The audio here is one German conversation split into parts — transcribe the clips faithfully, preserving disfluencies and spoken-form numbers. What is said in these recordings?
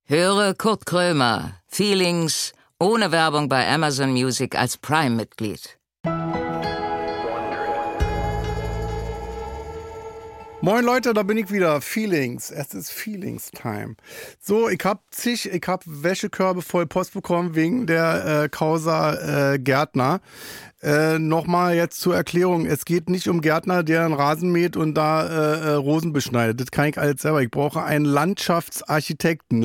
Höre Kurt Krömer, Feelings, ohne Werbung bei Amazon Music als Prime-Mitglied. Moin Leute, da bin ich wieder. Feelings. Es ist Feelings-Time. So, ich hab zig, ich hab Wäschekörbe voll Post bekommen wegen der äh, Causa äh, Gärtner. Äh, Nochmal jetzt zur Erklärung. Es geht nicht um Gärtner, der einen Rasen mäht und da äh, äh, Rosen beschneidet. Das kann ich alles selber. Ich brauche einen Landschaftsarchitekten,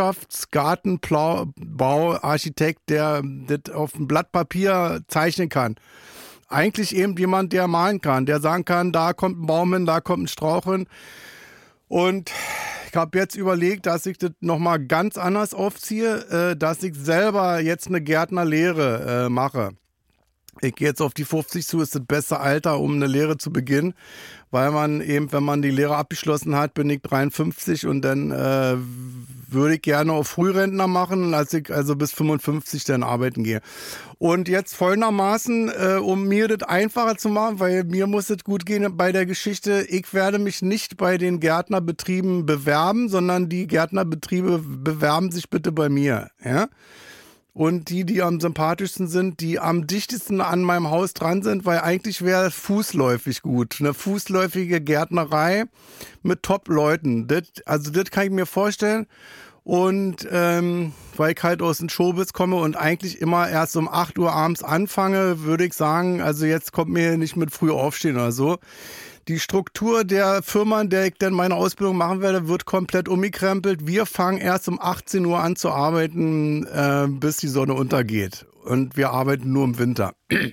Landschaftsgartenbauarchitekt, der das auf dem Blatt Papier zeichnen kann. Eigentlich eben jemand, der malen kann, der sagen kann, da kommt ein Baum hin, da kommt ein Strauch hin. Und ich habe jetzt überlegt, dass ich das nochmal ganz anders aufziehe, äh, dass ich selber jetzt eine Gärtnerlehre äh, mache. Ich gehe jetzt auf die fünfzig zu, ist das beste Alter, um eine Lehre zu beginnen, weil man eben, wenn man die Lehre abgeschlossen hat, bin ich dreiundfünfzig und dann äh, würde ich gerne auf Frührentner machen, als ich also bis fünfundfünfzig dann arbeiten gehe. Und jetzt folgendermaßen, äh, um mir das einfacher zu machen, weil mir muss es gut gehen bei der Geschichte, ich werde mich nicht bei den Gärtnerbetrieben bewerben, sondern die Gärtnerbetriebe bewerben sich bitte bei mir, ja. Und die, die am sympathischsten sind, die am dichtesten an meinem Haus dran sind, weil eigentlich wäre fußläufig gut. Eine fußläufige Gärtnerei mit Top-Leuten. Das, also das kann ich mir vorstellen. Und ähm, weil ich halt aus dem Showbiz komme und eigentlich immer erst um acht Uhr abends anfange, würde ich sagen, also jetzt kommt mir nicht mit früh aufstehen oder so. Die Struktur der Firma, in der ich dann meine Ausbildung machen werde, wird komplett umgekrempelt. Wir fangen erst um achtzehn Uhr an zu arbeiten, äh, bis die Sonne untergeht. Und wir arbeiten nur im Winter.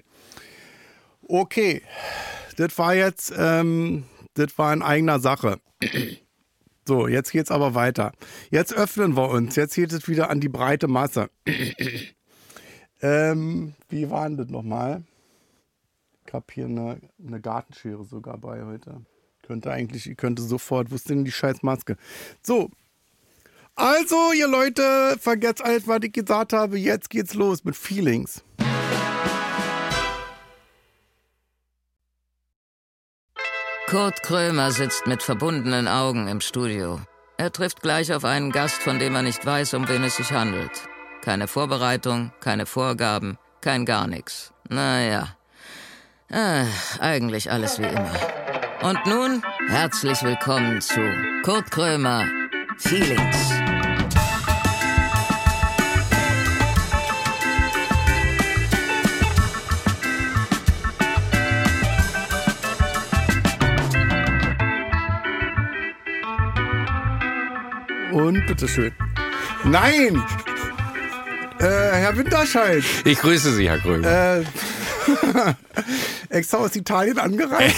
Okay, das war jetzt, ähm, das war in eigener Sache. So, jetzt geht's aber weiter. Jetzt öffnen wir uns. Jetzt geht es wieder an die breite Masse. ähm, wie war denn das nochmal? Ich habe hier eine, eine Gartenschere sogar bei heute. Könnte eigentlich, ich könnte sofort, wo ist denn die scheiß Maske? So, also ihr Leute, vergesst alles, was ich gesagt habe. Jetzt geht's los mit Feelings. Kurt Krömer sitzt mit verbundenen Augen im Studio. Er trifft gleich auf einen Gast, von dem er nicht weiß, um wen es sich handelt. Keine Vorbereitung, keine Vorgaben, kein gar nichts. Naja. Ah, eigentlich alles wie immer. Und nun herzlich willkommen zu Kurt Krömer, Feelings. Und bitteschön. Nein! Äh, Herr Winterscheid. Ich grüße Sie, Herr Krömer. Äh, extra aus Italien angereist.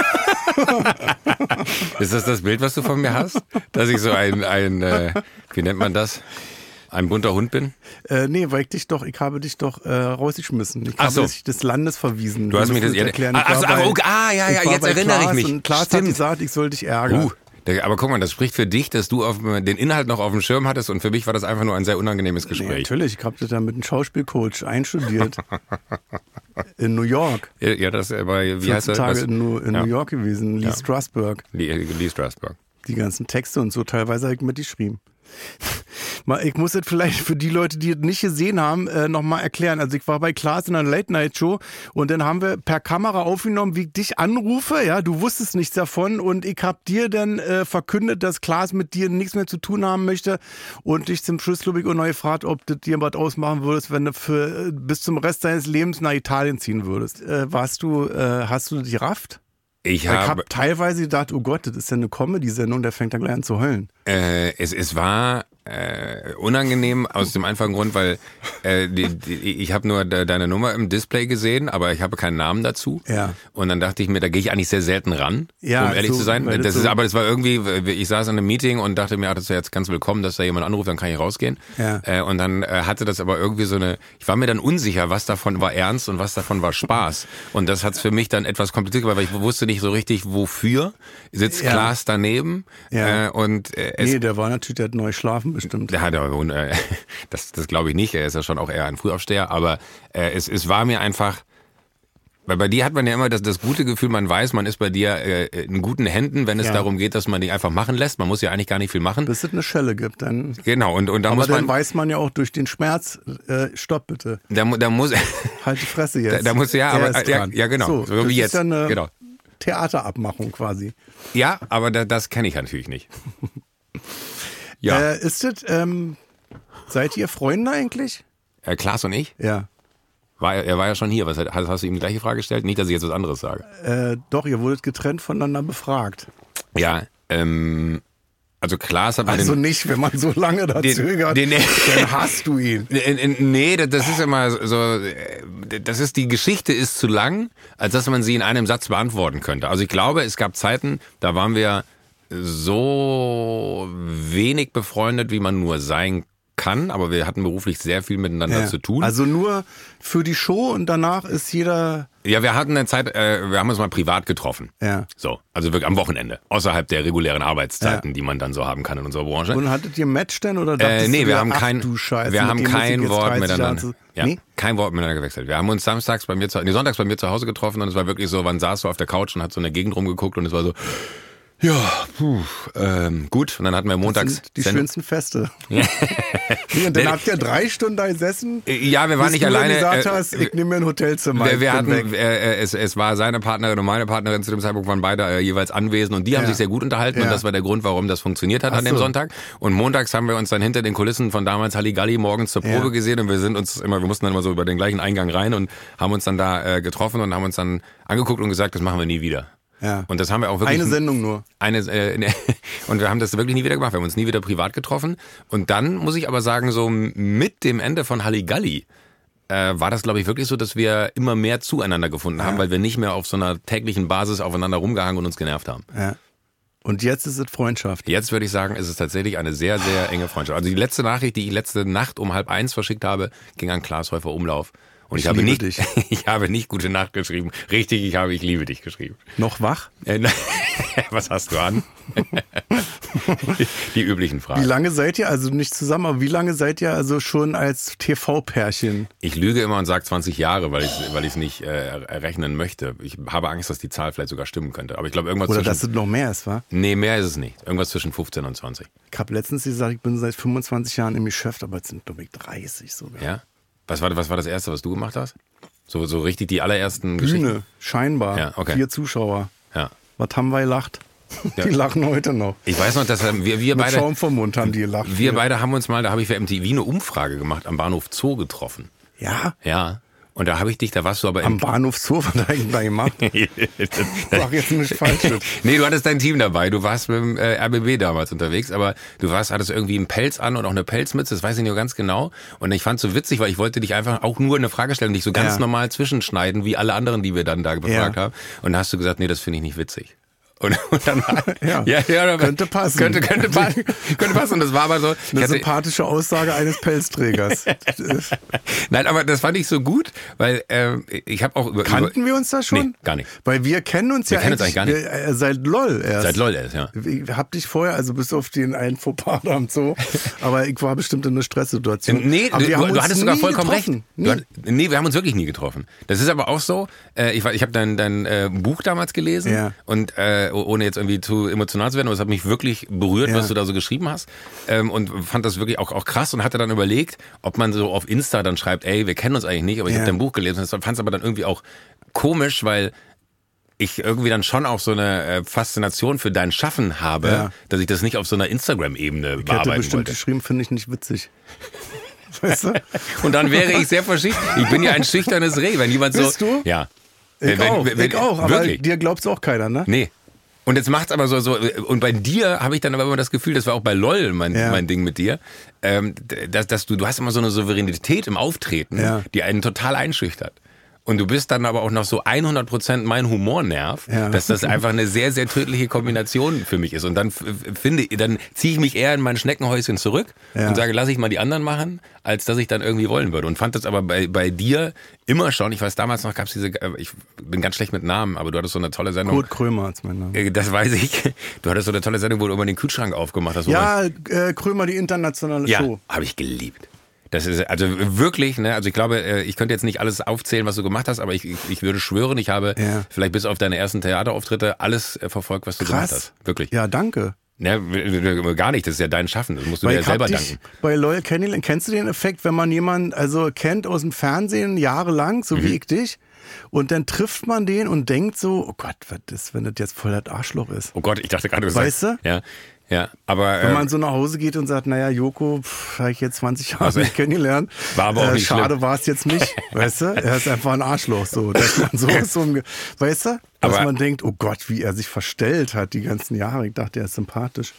Ist das das Bild, was du von mir hast? Dass ich so ein, ein äh, wie nennt man das? Ein bunter Hund bin? Äh, nee, weil ich dich doch, ich habe dich doch äh, rausgeschmissen. Ich ach habe so. dich des Landes verwiesen. Du hast mich das erklären. Ah, ach, ach, okay. ah, ja, ja, jetzt erinnere Klaas ich mich. Und Klaas Stimmt. hat gesagt, ich soll dich ärgern. Uh. Aber guck mal, das spricht für dich, dass du auf, den Inhalt noch auf dem Schirm hattest und für mich war das einfach nur ein sehr unangenehmes Gespräch. Nee, natürlich, ich habe das da mit einem Schauspielcoach einstudiert. In New York. Ja, ja das war, wie heißt das? Tage in, New, in ja. New York gewesen, Lee ja. Strasberg. Lee, Lee Strasberg. Die ganzen Texte und so, teilweise habe ich mitgeschrieben. Ich muss das vielleicht für die Leute, die es nicht gesehen haben, äh, nochmal erklären. Also ich war bei Klaas in einer Late-Night-Show und dann haben wir per Kamera aufgenommen, wie ich dich anrufe. Ja, du wusstest nichts davon und ich habe dir dann äh, verkündet, dass Klaas mit dir nichts mehr zu tun haben möchte und dich zum Schluss, glaube ich, auch noch gefragt, ob du dir was ausmachen würdest, wenn du für, äh, bis zum Rest deines Lebens nach Italien ziehen würdest. Äh, warst du, äh, hast du die gerafft? Ich habe hab teilweise gedacht, oh Gott, das ist ja eine Comedy-Sendung, der fängt dann gleich an zu heulen. Äh, es, es war äh, unangenehm aus dem einfachen Grund, weil äh, die, die, ich habe nur de, deine Nummer im Display gesehen, aber ich habe keinen Namen dazu. Ja. Und dann dachte ich mir, da gehe ich eigentlich sehr selten ran, ja, um ehrlich so, zu sein. Das das ist, so aber das war irgendwie, ich saß in einem Meeting und dachte mir, ach, das ist ja jetzt ganz willkommen, dass da jemand anruft, dann kann ich rausgehen. Ja. Äh, und dann äh, hatte das aber irgendwie so eine, ich war mir dann unsicher, was davon war ernst und was davon war Spaß. Und das hat es für mich dann etwas kompliziert gemacht, weil ich wusste nicht so richtig, wofür. Sitzt ja. Klaas daneben ja. äh, und äh, es, nee, der war natürlich, der hat neu schlafen bestimmt. Der hat ja, äh, das, das glaube ich nicht, er ist ja schon auch eher ein Frühaufsteher, aber äh, es, es war mir einfach, Weil bei dir hat man ja immer das, das gute Gefühl, man weiß, man ist bei dir äh, in guten Händen, wenn es ja. darum geht, dass man dich einfach machen lässt. Man muss ja eigentlich gar nicht viel machen. Bis es eine Schelle gibt. Dann genau, und, und da aber muss man... dann weiß man ja auch durch den Schmerz, äh, stopp bitte. Da, da muss... halt die Fresse jetzt. Da, da muss ja, aber... Ja, ja, genau. So, so wie jetzt. Ist ja eine genau. Theaterabmachung quasi. Ja, aber da, das kenne ich natürlich nicht. ja. Äh, ist das... Ähm, seid ihr Freunde eigentlich? Äh, Klaas und ich? Ja. War, er war ja schon hier. Was, hast, hast du ihm die gleiche Frage gestellt? Nicht, dass ich jetzt was anderes sage. Äh, doch, ihr wurdet getrennt voneinander befragt. Ja, ähm, also Klaas hat... Also den, nicht, wenn man so lange da den, zögert, den, dann hast du ihn. Nee, das ist immer so, das ist, die Geschichte ist zu lang, als dass man sie in einem Satz beantworten könnte. Also ich glaube, es gab Zeiten, da waren wir so wenig befreundet, wie man nur sein kann, aber wir hatten beruflich sehr viel miteinander Ja. zu tun. Also nur für die Show und danach ist jeder... Ja, wir hatten eine Zeit, äh, wir haben uns mal privat getroffen. Ja. So, also wirklich am Wochenende, außerhalb der regulären Arbeitszeiten, Ja. die man dann so haben kann in unserer Branche. Und hattet ihr Match denn oder Äh, dachtest nee, du wir dir, haben ach, kein, du Scheiße, wir mit haben dem muss ich kein jetzt Wort dreißig Jahre miteinander. zu- Ja, Nee? kein Wort miteinander gewechselt. Wir haben uns samstags bei mir zu, nee, sonntags bei mir zu Hause getroffen und es war wirklich so, man saß so auf der Couch und hat so in der Gegend rumgeguckt und es war so, ja, puh, ähm, gut. Und dann hatten wir montags... Das sind die Sendung. schönsten Feste. Wie, und dann habt ihr drei Stunden da gesessen? Ja, wir waren bis nicht du alleine. gesagt äh, hast, ich nehme mir ein Hotelzimmer. Wir, ich wir bin hatten, weg. äh, es, es war seine Partnerin und meine Partnerin zu dem Zeitpunkt waren beide äh, jeweils anwesend und die haben Ja. sich sehr gut unterhalten Ja. und das war der Grund, warum das funktioniert hat Ach an dem so. Sonntag. Und montags haben wir uns dann hinter den Kulissen von damals Halligalli morgens zur Probe Ja. gesehen und wir sind uns immer, wir mussten dann immer so über den gleichen Eingang rein und haben uns dann da äh, getroffen und haben uns dann angeguckt und gesagt, das machen wir nie wieder. Ja. Und das haben wir auch wirklich... Eine Sendung nur. Eine, äh, ne, und wir haben das wirklich nie wieder gemacht. Wir haben uns nie wieder privat getroffen. Und dann muss ich aber sagen, so mit dem Ende von Halligalli äh, war das, glaube ich, wirklich so, dass wir immer mehr zueinander gefunden haben, Ja. weil wir nicht mehr auf so einer täglichen Basis aufeinander rumgehangen und uns genervt haben. Ja. Und jetzt ist es Freundschaft. Jetzt würde ich sagen, ist es tatsächlich eine sehr, sehr enge Freundschaft. Also die letzte Nachricht, die ich letzte Nacht um halb eins verschickt habe, ging an Klaas Häufer Umlauf. Und ich, Ich habe liebe nicht, dich. ich habe nicht gute Nacht geschrieben. Richtig, ich habe ich liebe dich geschrieben. Noch wach? Äh, nein. Was hast du an? Die üblichen Wie Fragen. lange seid ihr, also nicht zusammen, aber wie lange seid ihr also schon als T V-Pärchen? Ich lüge immer und sage zwanzig Jahre, weil ich weil ich es nicht äh, errechnen möchte. Ich habe Angst, dass die Zahl vielleicht sogar stimmen könnte. Aber ich glaube irgendwas Oder zwischen... dass es noch mehr ist, wa? Nee, mehr ist es nicht. Irgendwas zwischen fünfzehn und zwanzig. Ich habe letztens gesagt, ich bin seit fünfundzwanzig Jahren im Geschäft, aber jetzt sind glaube ich dreißig sogar. Ja? Was war, was war das Erste, was du gemacht hast? So, so richtig die allerersten Bühne, Geschichten? scheinbar. Ja, okay. Vier Zuschauer. Ja. Was haben wir gelacht? Ja. Die lachen heute noch. Ich weiß noch, dass wir, wir Mit beide... Schaum vom Mund haben die gelacht. Wir beide haben uns mal, da habe ich für M T V eine Umfrage gemacht, am Bahnhof Zoo getroffen. Ja? Ja. Und da habe ich dich, da warst du aber Am im... Bahnhof Zoo, was hat eigentlich da gemacht? Sag jetzt nicht falsch. Nee, du hattest dein Team dabei. Du warst mit dem äh, R B B damals unterwegs, aber du warst, hattest irgendwie einen Pelz an und auch eine Pelzmütze, das weiß ich nicht ganz genau. Und ich fand es so witzig, weil ich wollte dich einfach auch nur eine Frage stellen und dich so ganz Ja. normal zwischenschneiden, wie alle anderen, die wir dann da befragt Ja. haben. Und da hast du gesagt, nee, das finde ich nicht witzig. Und, und dann Ja. ja, ja, Könnte passen. Könnte, könnte, passen, könnte passen. Und das war aber so. ich Eine hatte- sympathische Aussage eines Pelzträgers. Nein, aber das fand ich so gut, weil äh, ich habe auch über... Kannten über, wir uns da schon? Nee, gar nicht. Weil wir kennen uns Wir ja kennen uns eigentlich, eigentlich gar wir, äh, seit LOL erst. Seit LOL erst, ja. Ich hab dich vorher, also bis auf den einen Fauxpas da am Zoo, aber ich war bestimmt in einer Stresssituation. Nee, aber du, wir haben du uns hattest sogar nie vollkommen getroffen. recht. Nie. Du, hat- nee, wir haben uns wirklich nie getroffen. Das ist aber auch so, äh, ich, war- ich habe dein, dein äh, Buch damals gelesen Ja. und äh, ohne jetzt irgendwie zu emotional zu werden, aber es hat mich wirklich berührt, Ja. was du da so geschrieben hast ähm, und fand das wirklich auch, auch krass und hatte dann überlegt, ob man so auf Insta dann schreibt, ey, wir kennen uns eigentlich nicht, aber ich Ja. habe dein Buch gelesen und fand es aber dann irgendwie auch komisch, weil ich irgendwie dann schon auch so eine äh, Faszination für dein Schaffen habe, Ja. dass ich das nicht auf so einer Instagram-Ebene Ich hätte bearbeiten bestimmt wollte. geschrieben, finde ich nicht witzig. Weißt du? Und dann wäre ich sehr verschickt. Ich bin ja ein schüchternes Reh, wenn jemand so... Bist du? Ja. Ich Wenn- auch, wenn- ich auch, aber wirklich? dir glaubt's auch keiner, ne? Nee. Und jetzt macht's aber so, so, und bei dir habe ich dann aber immer das Gefühl, das war auch bei LOL mein, Ja. mein Ding mit dir, ähm, dass, dass du, du hast immer so eine Souveränität im Auftreten, Ja. die einen total einschüchtert. Und du bist dann aber auch noch so hundert Prozent mein Humornerv, Ja. dass das einfach eine sehr, sehr tödliche Kombination für mich ist. Und dann f- finde, dann ziehe ich mich eher in mein Schneckenhäuschen zurück Ja. und sage, lass ich mal die anderen machen, als dass ich dann irgendwie wollen würde. Und fand das aber bei, bei dir immer schon, ich weiß, damals noch gab es diese, äh, ich bin ganz schlecht mit Namen, aber du hattest so eine tolle Sendung. Kurt Krömer ist mein Name. Äh, Das weiß ich. Du hattest so eine tolle Sendung, wo du immer den Kühlschrank aufgemacht hast. wo man- Ja, äh, Krömer, die internationale ja, Show. habe ich geliebt. Das ist also wirklich, ne, also ich glaube, ich könnte jetzt nicht alles aufzählen, was du gemacht hast, aber ich, ich, ich würde schwören, ich habe ja. vielleicht bis auf deine ersten Theaterauftritte alles verfolgt, was du Krass. gemacht hast. Wirklich. Ja, danke. Ja, gar nicht, das ist ja dein Schaffen, das musst du Weil dir ja selber dich danken. Bei Loyal Candyland, kennst du den Effekt, wenn man jemanden also kennt aus dem Fernsehen jahrelang, so mhm. wie ich dich, und dann trifft man den und denkt so, oh Gott, was ist, wenn das jetzt voll das Arschloch ist? Oh Gott, ich dachte gerade, du weißt sagst, du? Ja. Ja, aber, wenn man äh, so nach Hause geht und sagt, naja, Joko, habe ich jetzt zwanzig Jahre also, nicht kennengelernt. War aber auch äh, nicht schade war es jetzt nicht, weißt du? Er ist einfach ein Arschloch, so, dass man so ist, so, weißt du? Dass aber, man denkt, oh Gott, wie er sich verstellt hat die ganzen Jahre. Ich dachte, er ist sympathisch.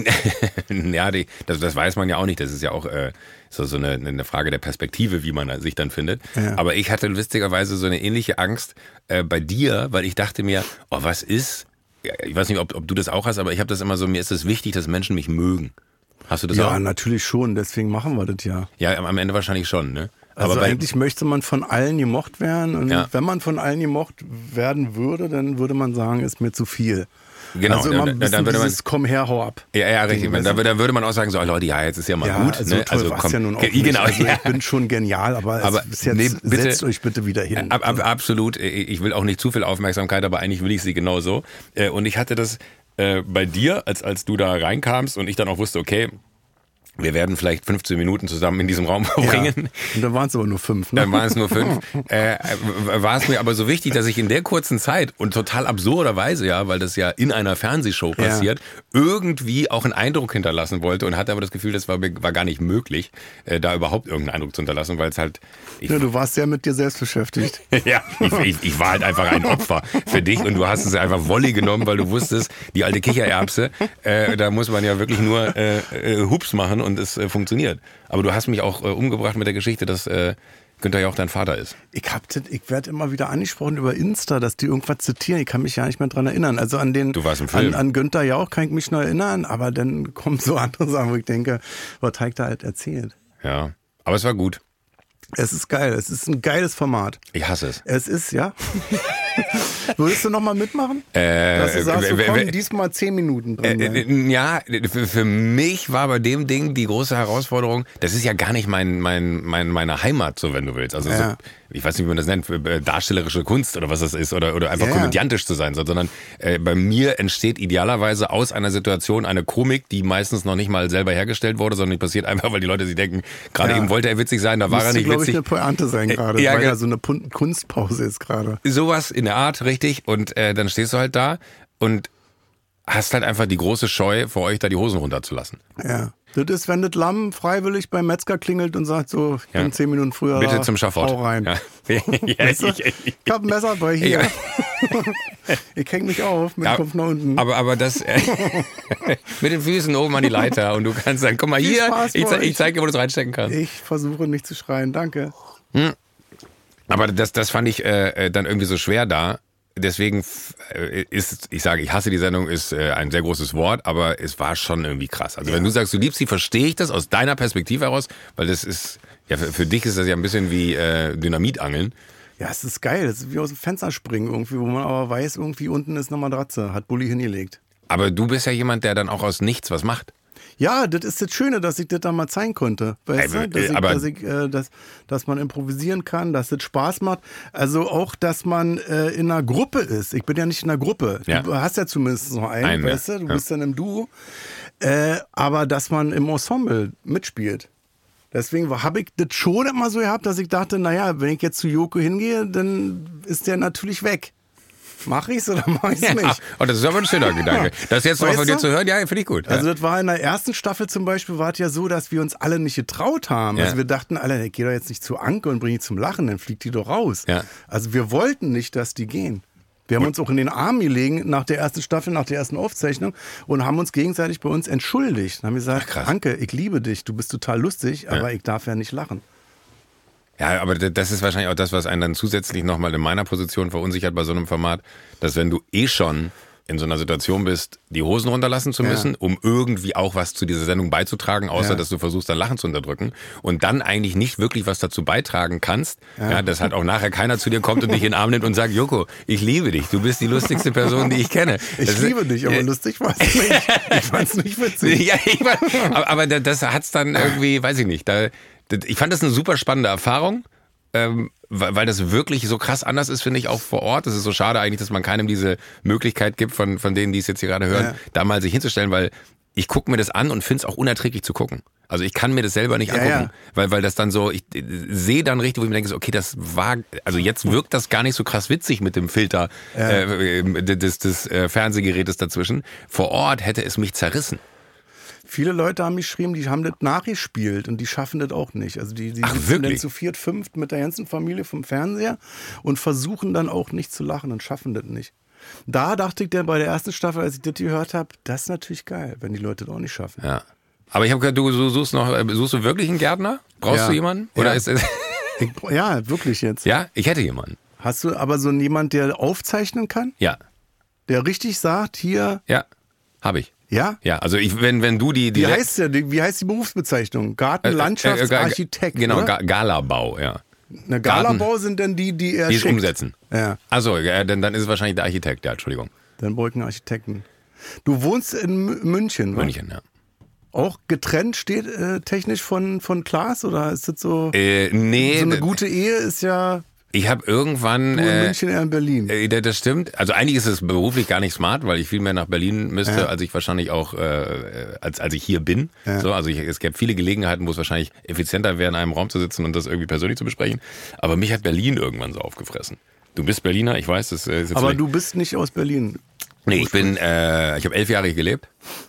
Ja, die, das, das weiß man ja auch nicht. Das ist ja auch äh, so, so eine, eine Frage der Perspektive, wie man sich dann findet. Ja. Aber ich hatte lustigerweise so eine ähnliche Angst äh, bei dir, weil ich dachte mir, oh, was ist... Ich weiß nicht, ob, ob du das auch hast, aber ich habe das immer so, mir ist es wichtig, dass Menschen mich mögen. Hast du das ja, auch? Ja, natürlich schon, deswegen machen wir das ja. Ja, am Ende wahrscheinlich schon, ne? Also aber bei, eigentlich möchte man von allen gemocht werden und ja. wenn man von allen gemocht werden würde, dann würde man sagen, ist mir zu viel. Genau, also immer dann, dann würde man komm her, hau ab. Ja, ja, richtig. Dann, dann würde man auch sagen, so, oh Leute, ja, jetzt ist ja mal ja, gut. So ne? toll also war's komm, ja nun auch genau, nicht. Also ja. ich bin schon genial, aber, aber es ist jetzt, nee, bitte, setzt euch bitte wieder hin. Ab, ab, absolut. Ich will auch nicht zu viel Aufmerksamkeit, aber eigentlich will ich sie genau so. Und ich hatte das äh, bei dir, als, als du da reinkamst und ich dann auch wusste, okay, wir werden vielleicht fünfzehn Minuten zusammen in diesem Raum verbringen. Ja. Und dann waren es aber nur fünf. Ne? Dann waren es nur fünf. äh, war es mir aber so wichtig, dass ich in der kurzen Zeit und total absurderweise, ja, weil das ja in einer Fernsehshow passiert, ja. irgendwie auch einen Eindruck hinterlassen wollte und hatte aber das Gefühl, das war, war gar nicht möglich, äh, da überhaupt irgendeinen Eindruck zu hinterlassen, weil es halt... Ich, ja, du warst sehr mit dir selbst beschäftigt. ja, ich, ich, ich war halt einfach ein Opfer für dich und du hast es einfach Volley genommen, weil du wusstest, die alte Kichererbse, äh, da muss man ja wirklich nur äh, äh, Hups machen und es äh, funktioniert. Aber du hast mich auch äh, umgebracht mit der Geschichte, dass äh, Günther ja auch dein Vater ist. Ich, ich werde immer wieder angesprochen über Insta, dass die irgendwas zitieren. Ich kann mich ja nicht mehr dran erinnern. Also an den du warst im Film. An, an Günther Jauch kann ich mich noch erinnern, aber dann kommen so andere Sachen, wo ich denke, was hat da halt erzählt. Ja, aber es war gut. Es ist geil. Es ist ein geiles Format. Ich hasse es. Es ist, ja. Würdest du nochmal mitmachen? Äh, Dass du sagst, wir kommen äh, diesmal zehn Minuten drin. Äh, äh, ja, für, für mich war bei dem Ding die große Herausforderung, das ist ja gar nicht mein, mein, mein, meine Heimat, so wenn du willst. Also ja. so, ich weiß nicht, wie man das nennt, darstellerische Kunst oder was das ist, oder, oder einfach ja. komödiantisch zu sein, sondern äh, bei mir entsteht idealerweise aus einer Situation eine Komik, die meistens noch nicht mal selber hergestellt wurde, sondern die passiert einfach, weil die Leute sich denken, gerade ja. eben wollte er witzig sein, da war er nicht glaube witzig. Ich, eine Pointe sein gerade, ja, weil da so eine Kunstpause ist gerade. Sowas in der Art, richtig. Und äh, dann stehst du halt da und hast halt einfach die große Scheu, vor euch da die Hosen runterzulassen. Ja. Das ist, wenn das Lamm freiwillig beim Metzger klingelt und sagt so, ich bin ja. zehn Minuten früher Bitte da, zum Schafott. Hau rein. Ja. Ja, weißt du? ich, ich, ich hab ein Messer bei hier. Ich häng mich auf mit dem Kopf nach unten. Aber, aber das äh, mit den Füßen oben an die Leiter und du kannst dann, guck mal Viel hier, Spaß ich, ich zeig dir, wo du es reinstecken kannst. Ich versuche nicht zu schreien, danke. Hm. Aber das, das fand ich äh, dann irgendwie so schwer da. Deswegen ist, ich sage, ich hasse die Sendung, ist äh, ein sehr großes Wort, aber es war schon irgendwie krass. Also ja. wenn du sagst, du liebst sie, verstehe ich das aus deiner Perspektive heraus, weil das ist, ja für, für dich ist das ja ein bisschen wie äh, Dynamitangeln. Ja, es ist geil, es ist wie aus dem Fenster springen irgendwie, wo man aber weiß, irgendwie unten ist eine Matratze, hat Bulli hingelegt. Aber du bist ja jemand, der dann auch aus nichts was macht. Ja, das ist das Schöne, dass ich das da mal zeigen konnte. Weißt Ey, du? Dass, ich, aber dass, ich, äh, dass, dass man improvisieren kann, dass das Spaß macht. Also auch, dass man äh, in einer Gruppe ist. Ich bin ja nicht in einer Gruppe. Ja. Du hast ja zumindest noch einen, einen weißt du? Du ja. bist dann im Duo. Äh, aber dass man im Ensemble mitspielt. Deswegen habe ich das schon immer so gehabt, dass ich dachte, naja, wenn ich jetzt zu Joko hingehe, dann ist der natürlich weg. Mach ich's oder mach ich's ja. nicht? Oh, das ist aber ein schöner Gedanke. Das jetzt noch von dir zu hören, ja, finde ich gut. Also ja. das war in der ersten Staffel zum Beispiel, war es ja so, dass wir uns alle nicht getraut haben. Ja. Also wir dachten alle, ich geh doch jetzt nicht zu Anke und bring die zum Lachen, dann fliegt die doch raus. Ja. Also wir wollten nicht, dass die gehen. Wir haben und? uns auch in den Arm gelegen nach der ersten Staffel, nach der ersten Aufzeichnung und haben uns gegenseitig bei uns entschuldigt. Dann haben wir gesagt, Ach, Anke, ich liebe dich, du bist total lustig, ja. aber ich darf ja nicht lachen. Ja, aber das ist wahrscheinlich auch das, was einen dann zusätzlich nochmal in meiner Position verunsichert bei so einem Format, dass wenn du eh schon in so einer Situation bist, die Hosen runterlassen zu müssen, ja. um irgendwie auch was zu dieser Sendung beizutragen, außer ja. dass du versuchst, dein Lachen zu unterdrücken und dann eigentlich nicht wirklich was dazu beitragen kannst, ja. Ja, dass halt auch nachher keiner zu dir kommt und dich in den Arm nimmt und sagt, Joko, ich liebe dich, du bist die lustigste Person, die ich kenne. Ich das liebe ist, dich, aber äh, lustig war es nicht. Ich fand's nicht witzig. Ja, ich mein, aber, aber das hat's dann irgendwie, weiß ich nicht, da ich fand das eine super spannende Erfahrung. Ähm, weil, weil das wirklich so krass anders ist, finde ich, auch vor Ort. Es ist so schade eigentlich, dass man keinem diese Möglichkeit gibt, von, von denen, die es jetzt hier gerade hören, ja. da mal sich hinzustellen, weil ich gucke mir das an und finde es auch unerträglich zu gucken. Also ich kann mir das selber nicht ja, angucken, ja. Weil, weil das dann so, ich sehe dann richtig, wo ich mir denke, okay, das war, also jetzt wirkt das gar nicht so krass witzig mit dem Filter ja. äh, des, des äh, Fernsehgerätes dazwischen. Vor Ort hätte es mich zerrissen. Viele Leute haben mich geschrieben, die haben das nachgespielt und die schaffen das auch nicht. Also die, die Ach, sitzen dann zu viert, fünft mit der ganzen Familie vom Fernseher und versuchen dann auch nicht zu lachen und schaffen das nicht. Da dachte ich dann bei der ersten Staffel, als ich das gehört habe, das ist natürlich geil, wenn die Leute das auch nicht schaffen. Ja. Aber ich habe gehört, du suchst noch, suchst du wirklich einen Gärtner? Brauchst ja. du jemanden? Oder ja. ist es ich, ja, wirklich jetzt. Ja, ich hätte jemanden. Hast du aber so jemand, der aufzeichnen kann? Ja. Der richtig sagt, hier. Ja, habe ich. Ja? Ja, also ich, wenn, wenn du die... die wie, heißt der, wie heißt die Berufsbezeichnung? Gartenlandschaftsarchitekt, äh, äh, äh, Genau, oder? Galabau, ja. Na, Galabau sind denn die, die er Die es schickt. umsetzen. Ja. Achso, ja, dann, dann ist es wahrscheinlich der Architekt, ja, Entschuldigung. Dann brauche ich einen Architekten. Du wohnst in München, wa? München, ja. Auch getrennt steht äh, technisch von, von Klaas oder ist das so? Äh, nee. So eine gute Ehe ist ja... Ich habe irgendwann... Du in äh, München, er in Berlin. Äh, das stimmt. Also eigentlich ist es beruflich gar nicht smart, weil ich viel mehr nach Berlin müsste, ja. als ich wahrscheinlich auch, äh, als, als ich hier bin. Ja. So, also ich, es gäbe viele Gelegenheiten, wo es wahrscheinlich effizienter wäre, in einem Raum zu sitzen und das irgendwie persönlich zu besprechen. Aber mich hat Berlin irgendwann so aufgefressen. Du bist Berliner, ich weiß, das ist jetzt Aber vielleicht... du bist nicht aus Berlin. Nee, ich bin, äh, ich habe elf Jahre hier gelebt.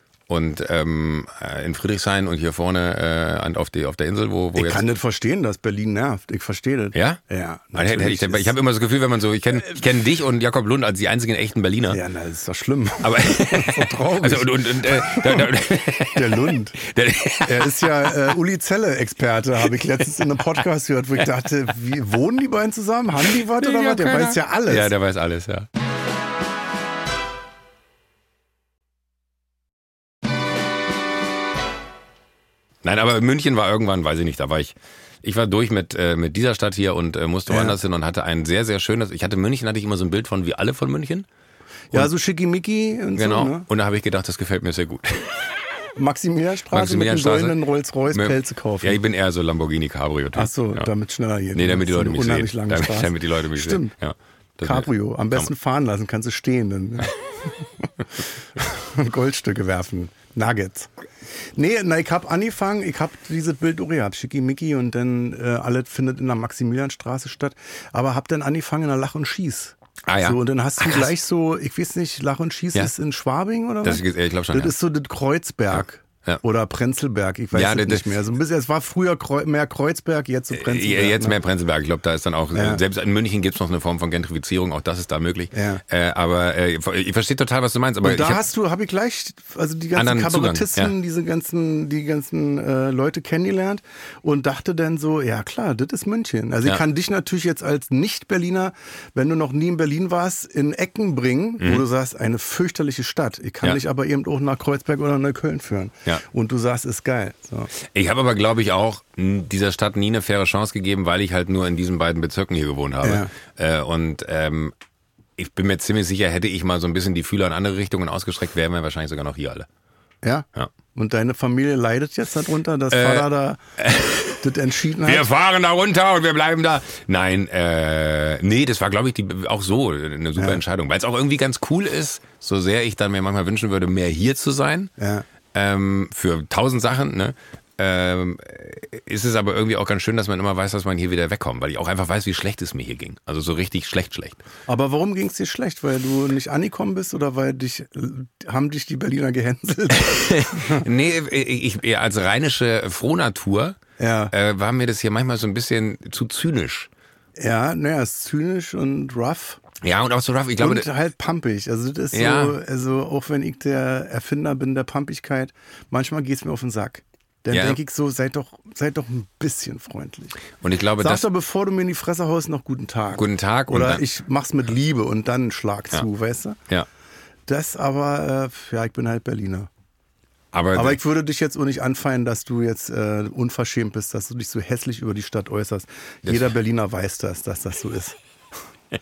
Und ähm, in Friedrichshain und hier vorne äh, auf, die, auf der Insel, wo, wo ich jetzt... kann das verstehen, dass Berlin nervt. Ich verstehe das. Ja? Ja, natürlich. Ich, ich habe immer das Gefühl, wenn man so... Ich kenne ich kenn dich und Jakob Lund als die einzigen echten Berliner. Ja, na, das ist doch schlimm. Aber so traurig. Also, und, und, und, äh, da, da, der Lund. Der, er ist ja äh, Uli Zelle-Experte, habe ich letztens in einem Podcast gehört, wo ich dachte, wie wohnen die beiden zusammen? Haben die was oder was? Der weiß ja alles. Ja, der weiß alles, ja. Nein, aber München war irgendwann, weiß ich nicht, da war ich, ich war durch mit, äh, mit dieser Stadt hier und äh, musste ja. woanders hin und hatte ein sehr, sehr schönes, ich hatte München, hatte ich immer so ein Bild von wie alle von München. Und, ja, so schickimicki und genau, so. Genau, ne? Und da habe ich gedacht, das gefällt mir sehr gut. Maximilianstraße, Maximilianstraße mit einem goldenen Rolls-Royce-Pelze kaufen. Ja, ich bin eher so Lamborghini Cabrio. Ach so, ja. damit schneller geht. Nee, damit die Leute mich sehen. Lange damit, damit die Leute mich Stimmt. sehen. Ja. Cabrio, am besten fahren lassen, kannst du stehen. Dann. Goldstücke werfen, Nuggets. Nee, na, ich hab angefangen, ich hab dieses Bild auch gehabt, schickimicki und dann äh, alles findet in der Maximilianstraße statt, aber hab dann angefangen in der Lach und Schieß. Ah, ja. So, und dann hast du Ach, gleich so, ich weiß nicht, Lach und Schieß ja. ist in Schwabing oder was? Das, ich glaube schon, Das ja. ist so das Kreuzberg. Ja. Ja. Oder Prenzlberg, ich weiß ja, es das, nicht mehr. So ein bisschen, es war früher Kreu- mehr Kreuzberg, jetzt so Prenzlberg. Jetzt ne? mehr Prenzlberg. Ich glaube, da ist dann auch, ja. selbst in München gibt es noch eine Form von Gentrifizierung, auch das ist da möglich. Ja. Äh, aber äh, ich verstehe total, was du meinst. Aber und da ich hab hast du, habe ich gleich, also die ganzen Kabarettisten, ja. diese ganzen, die ganzen äh, Leute kennengelernt und dachte dann so, ja klar, das ist München. Also ich ja. kann dich natürlich jetzt als Nicht-Berliner, wenn du noch nie in Berlin warst, in Ecken bringen, mhm. wo du sagst, eine fürchterliche Stadt. Ich kann ja. dich aber eben auch nach Kreuzberg oder Neukölln führen. Ja. Und du sagst, ist geil. So. Ich habe aber, glaube ich, auch dieser Stadt nie eine faire Chance gegeben, weil ich halt nur in diesen beiden Bezirken hier gewohnt habe. Ja. Äh, und ähm, ich bin mir ziemlich sicher, hätte ich mal so ein bisschen die Fühler in andere Richtungen ausgestreckt, wären wir wahrscheinlich sogar noch hier alle. Ja? Ja. Und deine Familie leidet jetzt darunter, dass äh, Vater da das entschieden hat? Wir fahren da runter und wir bleiben da. Nein, äh, nee, das war, glaube ich, die, auch so eine super ja. Entscheidung. Weil es auch irgendwie ganz cool ist, so sehr ich dann mir manchmal wünschen würde, mehr hier zu sein. Ja. Ähm, für tausend Sachen, ne? Ähm, ist es aber irgendwie auch ganz schön, dass man immer weiß, dass man hier wieder wegkommt, weil ich auch einfach weiß, wie schlecht es mir hier ging. Also so richtig schlecht, schlecht. Aber warum ging es dir schlecht? Weil du nicht angekommen bist oder weil dich haben dich die Berliner gehänselt? Nee, ich, ich, als rheinische Frohnatur ja. äh, war mir das hier manchmal so ein bisschen zu zynisch. Ja, naja, ist zynisch und rough. Ja, und auch so rough. Ich glaube, und halt pumpig. Also das ist ja. so, also auch wenn ich der Erfinder bin der Pumpigkeit, manchmal geht's mir auf den Sack. Dann ja. denke ich so, seid doch, seid doch ein bisschen freundlich. Und ich glaube, Sag das doch, bevor du mir in die Fresse haust, noch guten Tag. Guten Tag. Oder und dann, ich mach's mit Liebe und dann schlag ja. zu, weißt du? Ja. Das aber, äh, ja, ich bin halt Berliner. Aber, aber ich würde dich jetzt auch nicht anfeinden, dass du jetzt äh, unverschämt bist, dass du dich so hässlich über die Stadt äußerst. Jeder Berliner weiß das, dass das so ist.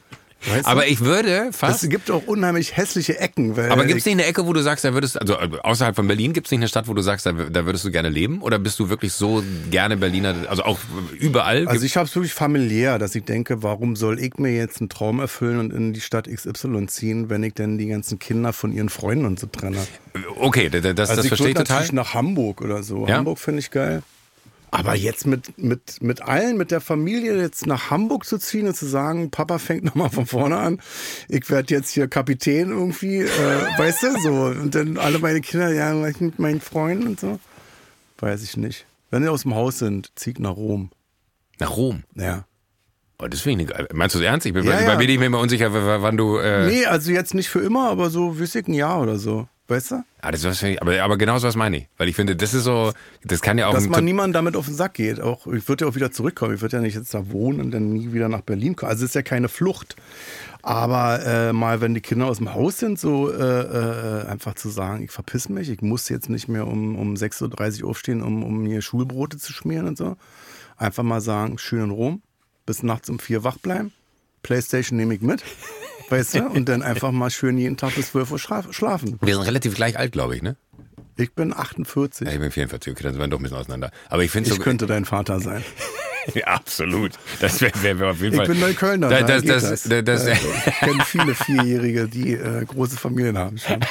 Weißt du? Aber ich würde fast... Es gibt auch unheimlich hässliche Ecken. Weil aber gibt es nicht eine Ecke, wo du sagst, da würdest, also außerhalb von Berlin, gibt es nicht eine Stadt, wo du sagst, da, da würdest du gerne leben? Oder bist du wirklich so gerne Berliner, also auch überall? Also ich habe es wirklich familiär, dass ich denke, warum soll ich mir jetzt einen Traum erfüllen und in die Stadt X Y ziehen, wenn ich denn die ganzen Kinder von ihren Freunden und so trenne? Okay, das, das, also das ich verstehe ich total. Natürlich nach Hamburg oder so. Ja? Hamburg finde ich geil. Aber jetzt mit, mit, mit allen, mit der Familie jetzt nach Hamburg zu ziehen und zu sagen, Papa fängt nochmal von vorne an, ich werde jetzt hier Kapitän irgendwie, äh, weißt du, so. Und dann alle meine Kinder, ja, mit meinen Freunden und so. Weiß ich nicht. Wenn sie aus dem Haus sind, zieh ich nach Rom. Nach Rom? Ja. Oh, das finde ich nicht. Meinst du es ernst? Ich bin ja, bei ja. mir immer unsicher, wann du... Äh nee, also jetzt nicht für immer, aber so wüsste ich ein Jahr oder so. Weißt du? Ah, das ist, aber, aber genau so was meine ich. Weil ich finde, das ist so, das kann ja auch... Dass man niemandem damit auf den Sack geht. Auch, ich würde ja auch wieder zurückkommen. Ich würde ja nicht jetzt da wohnen und dann nie wieder nach Berlin kommen. Also es ist ja keine Flucht. Aber äh, mal, wenn die Kinder aus dem Haus sind, so äh, äh, einfach zu sagen, ich verpiss mich, ich muss jetzt nicht mehr um, um sechs Uhr dreißig aufstehen, um, um hier Schulbrote zu schmieren und so. Einfach mal sagen, schön in Rom, bis nachts um vier wach bleiben. Playstation nehme ich mit. Weißt du? Und dann einfach mal schön jeden Tag bis zwölf Uhr schlafen. Wir sind relativ gleich alt, glaube ich, ne? Ich bin achtundvierzig. Ja, ich bin vierundvierzig, okay, dann sind wir doch ein bisschen auseinander. Aber ich finde Ich so, könnte dein Vater sein. Ja, absolut. Das wäre wär, wär auf jeden ich Fall. Ich bin Neuköllner. Da, da das, geht das, das. das, das, also, ich kenne viele Vierjährige, die äh, große Familien haben schon.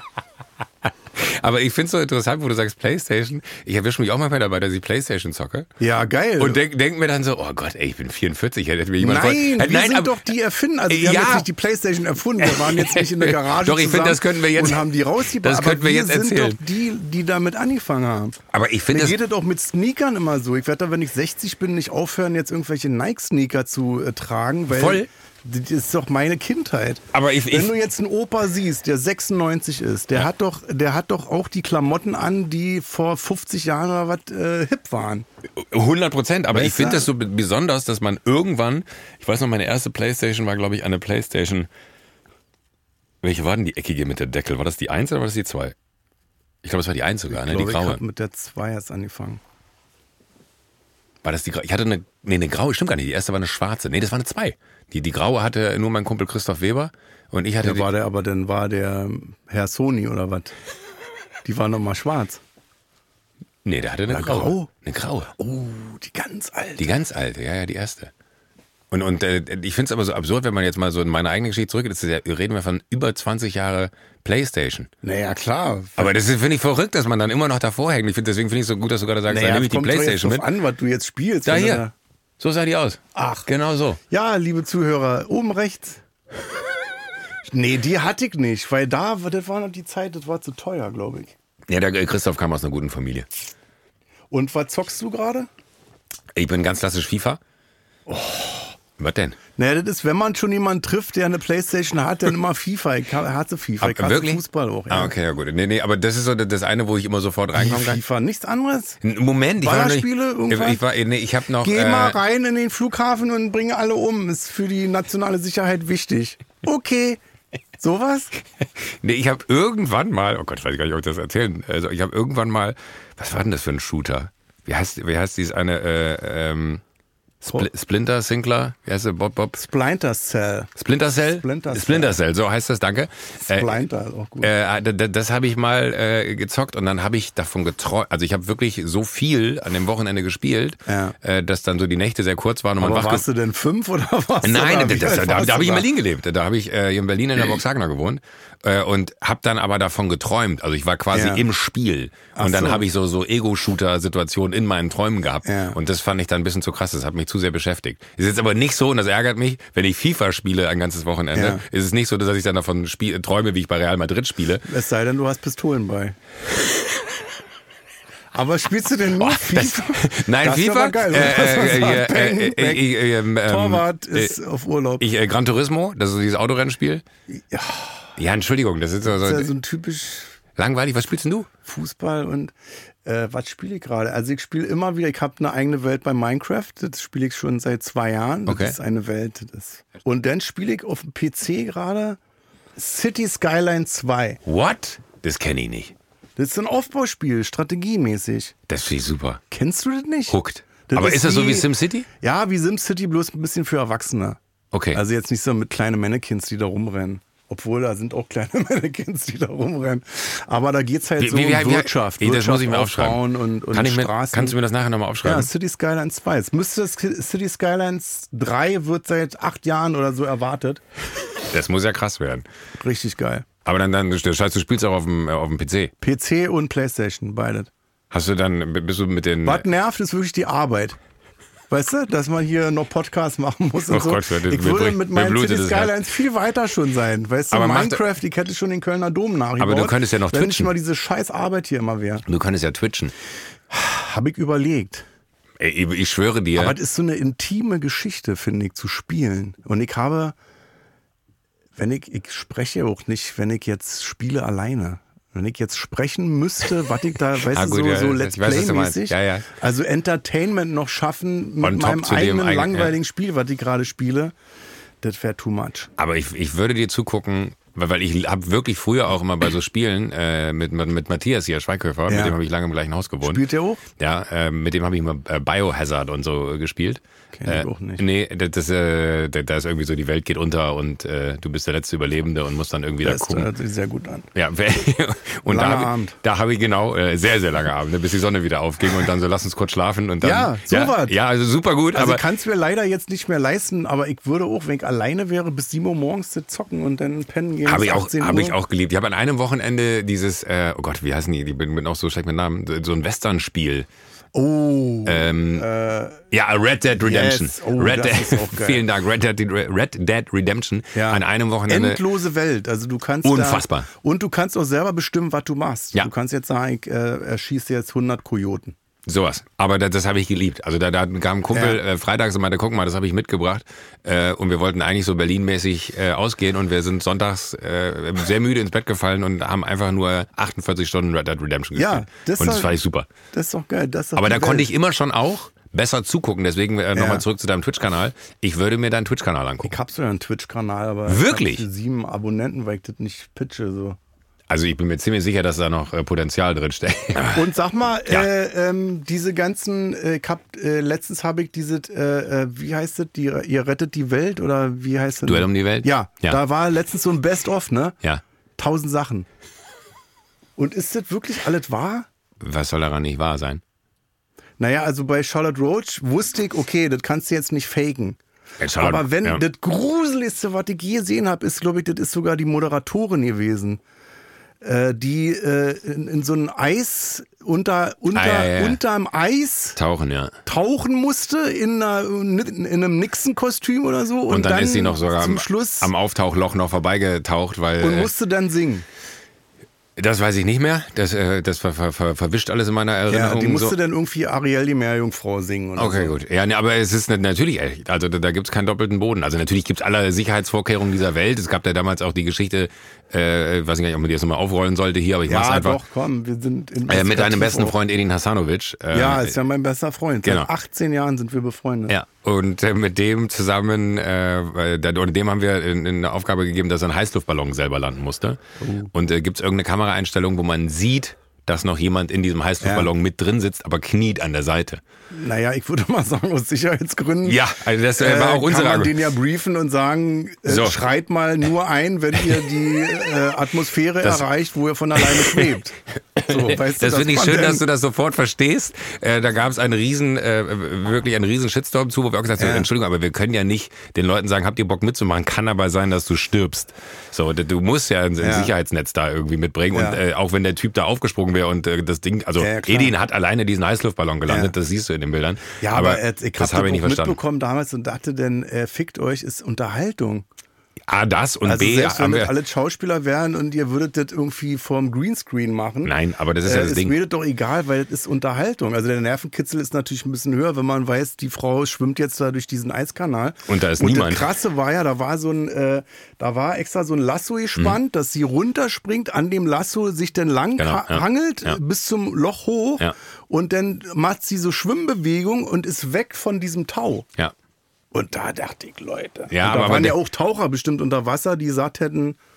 Aber ich finde es so interessant, wo du sagst Playstation. Ich erwische mich auch manchmal dabei, dass ich Playstation zocke. Ja, geil. Und denke denk mir dann so, oh Gott, ey, ich bin vierundvierzig. Hätte mir jemand Nein, voll, wir nein, sind aber, doch die Erfinder. Also wir ja. haben jetzt nicht die Playstation erfunden. Wir waren jetzt nicht in der Garage Doch, ich finde, das könnten wir jetzt... und haben die rausgebracht. Das könnten wir, wir jetzt sind erzählen. doch die, die damit angefangen haben. Aber ich finde Mir geht es auch mit Sneakern immer so. Ich werde da, wenn ich sechzig bin, nicht aufhören, jetzt irgendwelche Nike-Sneaker zu äh, tragen. Weil Voll. Das ist doch meine Kindheit. Aber ich, Wenn ich, du jetzt einen Opa siehst, der sechsundneunzig ist, der, ja. hat doch, der hat doch auch die Klamotten an, die vor fünfzig Jahren oder was äh, hip waren. hundert Prozent. Aber weißt ich finde das so besonders, dass man irgendwann, ich weiß noch, meine erste Playstation war, glaube ich, eine Playstation. Welche war denn die eckige mit der Deckel? War das die eins oder war das die zwei? Ich glaube, es war die eins sogar, ne? Ich Die glaube, graue. ich habe mit der zwei erst angefangen. War das die graue? Ich hatte eine, nee, eine graue, stimmt gar nicht. Die erste war eine schwarze. Nee, das war eine zwei. Die, die graue hatte nur mein Kumpel Christoph Weber und ich hatte Der die, war der, aber dann war der Herr Sony oder was? Die war nochmal schwarz. Nee, der hatte eine War graue. grau? Eine graue. Oh, die ganz alte. Die ganz alte, ja, ja, die erste. Und, und äh, ich finde es aber so absurd, wenn man jetzt mal so in meine eigene Geschichte zurückgeht, das ist ja, reden wir von über zwanzig Jahre Playstation. Naja, klar. Aber das finde ich verrückt, dass man dann immer noch davor hängt. Ich find, deswegen finde ich es so gut, dass du gerade sagst, naja, dann nehme ich die kommt doch Playstation jetzt mit. drauf an, was du jetzt spielst. Da wenn du hier. Da So sah die aus. Ach. Genau so. Ja, liebe Zuhörer, oben rechts. Nee, die hatte ich nicht, weil da, das war noch die Zeit, das war zu teuer, glaube ich. Ja, der Christoph kam aus einer guten Familie. Und was zockst du gerade? Ich bin ganz klassisch FIFA. Oh. Was denn? Naja, das ist, wenn man schon jemanden trifft, der eine Playstation hat, dann immer FIFA. Ich hatte FIFA, ich hatte wirklich? Fußball auch. Ja. Ah, okay, ja gut. Nee, nee, aber das ist so das eine, wo ich immer sofort reinkommen kann. FIFA, nichts anderes? Moment, ich war noch nicht, Ballerspiele, irgendwas? ich war, nee, ich habe noch... Geh äh, mal rein in den Flughafen und bringe alle um. Ist für die nationale Sicherheit wichtig. Okay, sowas? Nee, ich habe irgendwann mal, oh Gott, ich weiß gar nicht, ob ich das erzählen, also ich habe irgendwann mal, was war denn das für ein Shooter? Wie heißt, wie heißt dieses eine, äh, ähm, Spl- Splinter, Sinclair, wie heißt der, Bob, Bob? Splinter Cell. Splinter Cell? Splinter Cell. Splinter Cell, so heißt das, danke. Splinter, ist auch gut. Äh, d- d- das habe ich mal äh, gezockt und dann habe ich davon geträumt, also ich habe wirklich so viel an dem Wochenende gespielt, Ja. äh, dass dann so die Nächte sehr kurz waren und man Aber wach warst du denn fünf oder was? Nein, oder das, das, da, da habe ich in da? Berlin gelebt. Da habe ich äh, in Berlin in der Boxhagener gewohnt äh, und habe dann aber davon geträumt. Also ich war quasi Ja. im Spiel Ach und dann so. habe ich so so Ego-Shooter-Situationen in meinen Träumen gehabt Ja. und das fand ich dann ein bisschen zu krass. Das hat mich zu sehr beschäftigt. Ist jetzt aber nicht so und das ärgert mich, wenn ich FIFA spiele ein ganzes Wochenende. Ja. Ist es nicht so, dass ich dann davon spiel, träume, wie ich bei Real Madrid spiele. Es sei denn, du hast Pistolen bei. Aber spielst du denn nur Boah, FIFA? das, nein, Das ist FIFA. aber geil, äh, was man äh, sagt. äh, Bang, äh, bang. äh, äh, ähm, Torwart äh, ist auf Urlaub. Ich, äh, Gran Turismo, das ist dieses Autorennspiel. Ja, Ja, Entschuldigung, das ist so, das ist ja so so ein typisch langweilig. Was spielst denn du? Fußball und äh, was spiele ich gerade? Also ich spiele immer wieder, ich habe eine eigene Welt bei Minecraft, das spiele ich schon seit zwei Jahren. Das Okay. ist eine Welt. Das und dann spiele ich auf dem P C gerade City Skyline zwei. What? Das kenne ich nicht. Das ist ein Aufbauspiel, strategiemäßig. Das finde ich super. Kennst du das nicht? Hooked. Das Aber ist ist das so wie- wie SimCity? Ja, wie SimCity, bloß ein bisschen für Erwachsene. Okay. Also jetzt nicht so mit kleinen Mannequins, die da rumrennen. Obwohl, da sind auch kleine Mannequins, die da rumrennen. Aber da geht es halt Wie- so wie- um wie- Wirtschaft. wie- das Wirtschaft muss ich mir aufschreiben. aufbauen und, und Kann ich mir, Straßen. kannst du mir das nachher nochmal Ja, aufschreiben? City Skylines zwei. Es müsste das City Skylines drei wird seit acht Jahren oder so erwartet. Das muss ja krass werden. Richtig geil. Aber dann, dann das heißt, du spielst auch auf dem, äh, auf dem P C. P C und Playstation, beide. Hast du dann, bist du mit den... Was nervt, ist wirklich die Arbeit. Weißt du, dass man hier noch Podcasts machen muss und Oh so. Gott, das- ich mir würde bricht- mit mir meinen blutet City das Herz. Skylines viel weiter schon sein. Weißt du, Aber mach- Minecraft, ich hätte schon den Kölner Dom nachgebaut. Aber du könntest ja noch wenn nicht twitchen. mal diese scheiß Arbeit hier immer wäre. Du könntest ja twitchen. Habe ich überlegt. Ey, ich, ich schwöre dir... Aber es ist so eine intime Geschichte, finde ich, zu spielen. Und ich habe, wenn ich, ich spreche auch nicht, wenn ich jetzt spiele alleine. Wenn ich jetzt sprechen müsste, was ich da, weißt Ah, du, gut, so, ja, so ich Let's weiß, was du meinst. Play-mäßig. Ja, ja. Also Entertainment noch schaffen mit On top meinem zu dem eigenen eigen- langweiligen Spiel, was ich gerade spiele, das wäre too much. Aber ich, ich würde dir zugucken, weil, weil ich habe wirklich früher auch immer bei so Spielen äh, mit, mit, mit Matthias hier, Schweighöfer, Ja. mit dem habe ich lange im gleichen Haus gewohnt. Spielt der auch? Ja, äh, mit dem habe ich immer äh, Biohazard und so äh, gespielt. Kenn ich äh, auch nicht. Nee, das, das, äh, da da ist irgendwie so, die Welt geht unter und äh, du bist der letzte Überlebende und musst dann irgendwie da Das gucken. hört sich sehr gut an. Ja, und Langer da habe Abend. ich, da hab ich genau, äh, sehr, sehr lange Abend, bis die Sonne wieder aufging und dann so, lass uns kurz schlafen und dann. Ja, sowas. Ja, ja, also super gut, Also aber. ich kann es mir leider jetzt nicht mehr leisten, aber ich würde auch, wenn ich alleine wäre, bis sieben Uhr morgens zu zocken und dann pennen gehen. Habe bis ich, auch, achtzehn hab Uhr. ich auch geliebt. Ich habe an einem Wochenende dieses, äh, oh Gott, wie heißen die? Die bin, bin auch so schlecht mit Namen. So ein Western-Spiel. Oh. Ähm, ja, Red Dead Redemption. Yes. Oh, Red das Dead, ist auch geil. vielen Dank. Red Dead, Red Dead Redemption. Ja. An einem Wochenende. Endlose Welt. Also du kannst Unfassbar. Da, und du kannst auch selber bestimmen, was du machst. Ja. Du kannst jetzt sagen, ich äh, erschieße jetzt hundert Kojoten. Sowas. Aber das, das habe ich geliebt. Also da, da kam ein Kumpel Ja. äh, freitags und meinte, guck mal, das habe ich mitgebracht. Äh, und wir wollten eigentlich so Berlin-mäßig äh, ausgehen und wir sind sonntags äh, sehr müde ins Bett gefallen und haben einfach nur achtundvierzig Stunden Red Dead Redemption gespielt. Ja, das und das war- fand ich super. Das ist doch geil. Das ist doch Aber die da konnte Welt. ich immer schon auch besser zugucken. Deswegen äh, nochmal Ja. zurück zu deinem Twitch-Kanal. Ich würde mir deinen Twitch-Kanal angucken. Ich hab sogar einen Twitch-Kanal, aber Wirklich? ich hab sieben Abonnenten, weil ich das nicht pitche. So. Also ich bin mir ziemlich sicher, dass da noch äh, Potenzial drin steckt. Und sag mal, Ja. äh, ähm, diese ganzen, äh, ich hab, äh, letztens habe ich diese, äh, äh, wie heißt das, die, ihr rettet die Welt oder wie heißt das? Duell um die Welt? Ja, Ja. da war letztens so ein Best-of, ne? Ja. Tausend Sachen. Und ist das wirklich alles wahr? Was soll daran nicht wahr sein? Naja, also bei Charlotte Roach wusste ich, okay, das kannst du jetzt nicht faken. Äh, Charlotte- Aber wenn ja. das Gruseligste, was ich je gesehen habe, ist, glaube ich, das ist sogar die Moderatorin gewesen. Äh, die äh, in, in so ein Eis unter, unter, Ah, ja, ja, ja. unterm Eis Tauchen, ja. tauchen musste in, einer, in einem Nixon-Kostüm oder so. Und, Und dann, ist sie noch sogar zum am, Schluss am Auftauchloch noch vorbeigetaucht, weil und äh, musste dann singen. das weiß ich nicht mehr. Das, äh, das ver, ver, ver, verwischt alles in meiner Ja, Erinnerung. die musste so. dann irgendwie Ariel die Meerjungfrau singen. Oder Okay, so. gut. Ja, ne, aber es ist nat- natürlich, äh, also da, da gibt es keinen doppelten Boden. Also natürlich gibt es alle Sicherheitsvorkehrungen dieser Welt. Es gab ja damals auch die Geschichte, äh, weiß ich gar nicht, ob man die jetzt nochmal aufrollen sollte hier, aber ich mach's Ja, einfach. doch, komm, wir sind in Äh, mit deinem investigativ besten auch. Freund Edin Hasanovic. Äh, Ja, ist ja mein bester Freund. Genau. Seit achtzehn Jahren sind wir befreundet. Ja, und äh, mit dem zusammen, äh, da- und dem haben wir in, in eine Aufgabe gegeben, dass er einen Heißluftballon selber landen musste. Oh. Und äh, gibt es irgendeine Kameraeinstellung, wo man sieht, dass noch jemand in diesem Heißluftballon Ja. mit drin sitzt, aber kniet an der Seite. Naja, ich würde mal sagen, aus Sicherheitsgründen. Ja, also das äh, war auch kann unsere man Argu- den ja briefen und sagen, äh, So. schreit mal nur ein, wenn ihr die äh, Atmosphäre Das- erreicht, wo ihr von alleine schwebt. So, weißt du, Das finde ich man schön, dann- dass du das sofort verstehst. Äh, da gab es einen riesen, äh, wirklich einen riesen Shitstorm zu, wo wir auch gesagt haben, Ja. Entschuldigung, aber wir können ja nicht den Leuten sagen, habt ihr Bock mitzumachen? Kann aber sein, dass du stirbst. So, d- du musst ja ein, ein Ja. Sicherheitsnetz da irgendwie mitbringen. Ja. Und äh, auch wenn der Typ da aufgesprungen wäre und äh, das Ding, also Ja, ja, klar. Edin hat alleine diesen Heißluftballon gelandet, Ja. das siehst du in den Bildern. Ja, aber, äh, ich das habe habe ich nicht auch verstanden. mitbekommen damals und dachte dann, äh, fickt euch, ist Unterhaltung. A, das und Also B, selbst wenn haben das wir, alle Schauspieler wären und ihr würdet das irgendwie vorm Greenscreen machen. Nein, aber das ist ja äh, das ist Ding. mir das doch egal, weil das ist Unterhaltung. Also der Nervenkitzel ist natürlich ein bisschen höher, wenn man weiß, die Frau schwimmt jetzt da durch diesen Eiskanal. Und da ist und niemand. Das Krasse war ja, da war so ein, äh, da war extra so ein Lasso gespannt, Mhm. dass sie runterspringt, an dem Lasso sich dann lang Genau, ha- ja. hangelt Ja. bis zum Loch hoch Ja. und dann macht sie so Schwimmbewegung und ist weg von diesem Tau. Ja. Und da dachte ich, Leute. Ja, und da aber- waren aber ja der- auch Taucher bestimmt unter Wasser, die gesagt hätten,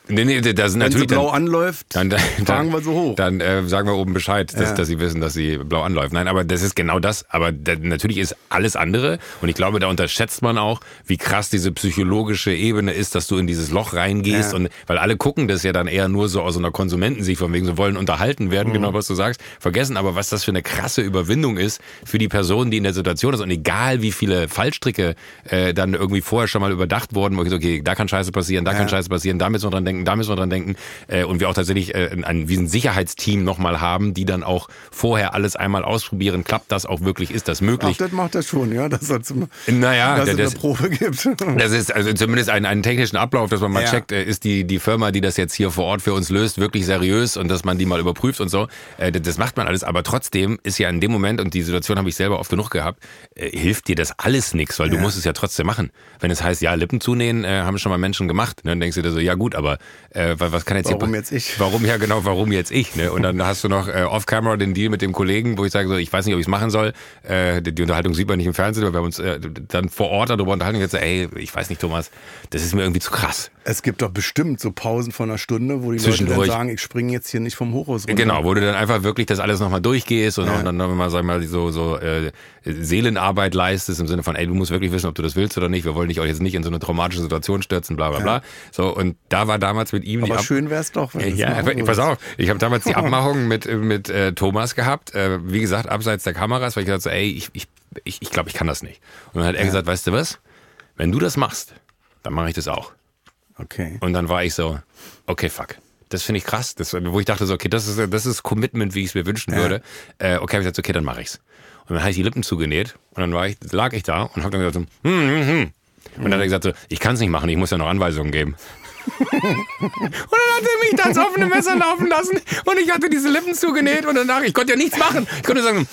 Nee, nee, das Wenn natürlich sie blau dann, anläuft, dann, dann, fragen wir so hoch. Dann äh, sagen wir oben Bescheid, dass, Ja. dass sie wissen, dass sie blau anläuft. Nein, aber das ist genau das. Aber da, natürlich ist alles andere. Und ich glaube, da unterschätzt man auch, wie krass diese psychologische Ebene ist, dass du in dieses Loch reingehst. Ja. Und weil alle gucken das ja dann eher nur so aus so einer Konsumentensicht, von wegen, sie wollen unterhalten werden, mhm. genau was du sagst. Vergessen aber, was das für eine krasse Überwindung ist für die Person, die in der Situation ist. Und egal, wie viele Fallstricke äh, dann irgendwie vorher schon mal überdacht wurden, wo ich so, okay, da kann Scheiße passieren, da Ja. kann Scheiße passieren, da müssen wir dran denken, da müssen wir dran denken. Äh, und wir auch tatsächlich äh, ein, wie ein Sicherheitsteam nochmal haben, die dann auch vorher alles einmal ausprobieren, klappt das auch wirklich, ist das möglich? Ach, das macht das schon, ja, dass es naja, dass es das, eine Probe gibt. das ist also zumindest ein, einen technischen Ablauf, dass man mal Ja. checkt, äh, ist die, die Firma, die das jetzt hier vor Ort für uns löst, wirklich seriös und dass man die mal überprüft und so. Äh, das macht man alles, aber trotzdem ist ja in dem Moment, und die Situation habe ich selber oft genug gehabt, äh, hilft dir das alles nichts, weil Ja. du musst es ja trotzdem machen. Wenn es heißt, ja, Lippen zunähen, äh, haben schon mal Menschen gemacht, ne? Dann denkst du dir so, ja gut, aber äh, was kann jetzt Warum hier... jetzt ich? Warum, ja genau, warum jetzt ich? Ne? Und dann hast du noch äh, off-camera den Deal mit dem Kollegen, wo ich sage, so, ich weiß nicht, ob ich es machen soll. Äh, die, die Unterhaltung sieht man nicht im Fernsehen, aber wir haben uns äh, dann vor Ort darüber unterhalten und gesagt, ey, ich weiß nicht, Thomas, das ist mir irgendwie zu krass. Es gibt doch bestimmt so Pausen von einer Stunde, wo die Leute Zwischendurch. dann sagen, ich springe jetzt hier nicht vom Hochhaus runter. Genau, wo du dann einfach wirklich das alles nochmal durchgehst und Ja. auch dann nochmal, sag mal, so, so äh, Seelenarbeit leistest im Sinne von, ey, du musst wirklich wissen, ob du das willst oder nicht. Wir wollen dich auch jetzt nicht in so eine traumatische Situation stürzen, bla bla bla. So, und da war damals mit ihm die Aber Ab- schön wär's doch, wenn Ja, du's ja, machen aber, pass würdest. auf, ich habe damals die Abmachung mit mit äh, Thomas gehabt, äh, wie gesagt, abseits der Kameras, weil ich gesagt so, ey, ich ich ich, ich glaube, ich kann das nicht. Und dann hat er Ja. gesagt, weißt du was? Wenn du das machst, dann mache ich das auch. Okay. Und dann war ich so, okay, fuck. Das finde ich krass, das, wo ich dachte so, okay, das ist das ist Commitment, wie ich es mir wünschen Ja. würde. Äh, okay, habe ich gesagt, okay, dann mache ich's. Und dann habe ich die Lippen zugenäht und dann war ich, lag ich da und habe dann gesagt, so, hm, hm, hm. Und dann hat er gesagt so, ich kann es nicht machen, ich muss ja noch Anweisungen geben. Und dann hat er mich da ins offene Messer laufen lassen und ich hatte diese Lippen zugenäht und danach, ich konnte ja nichts machen. Ich konnte sagen,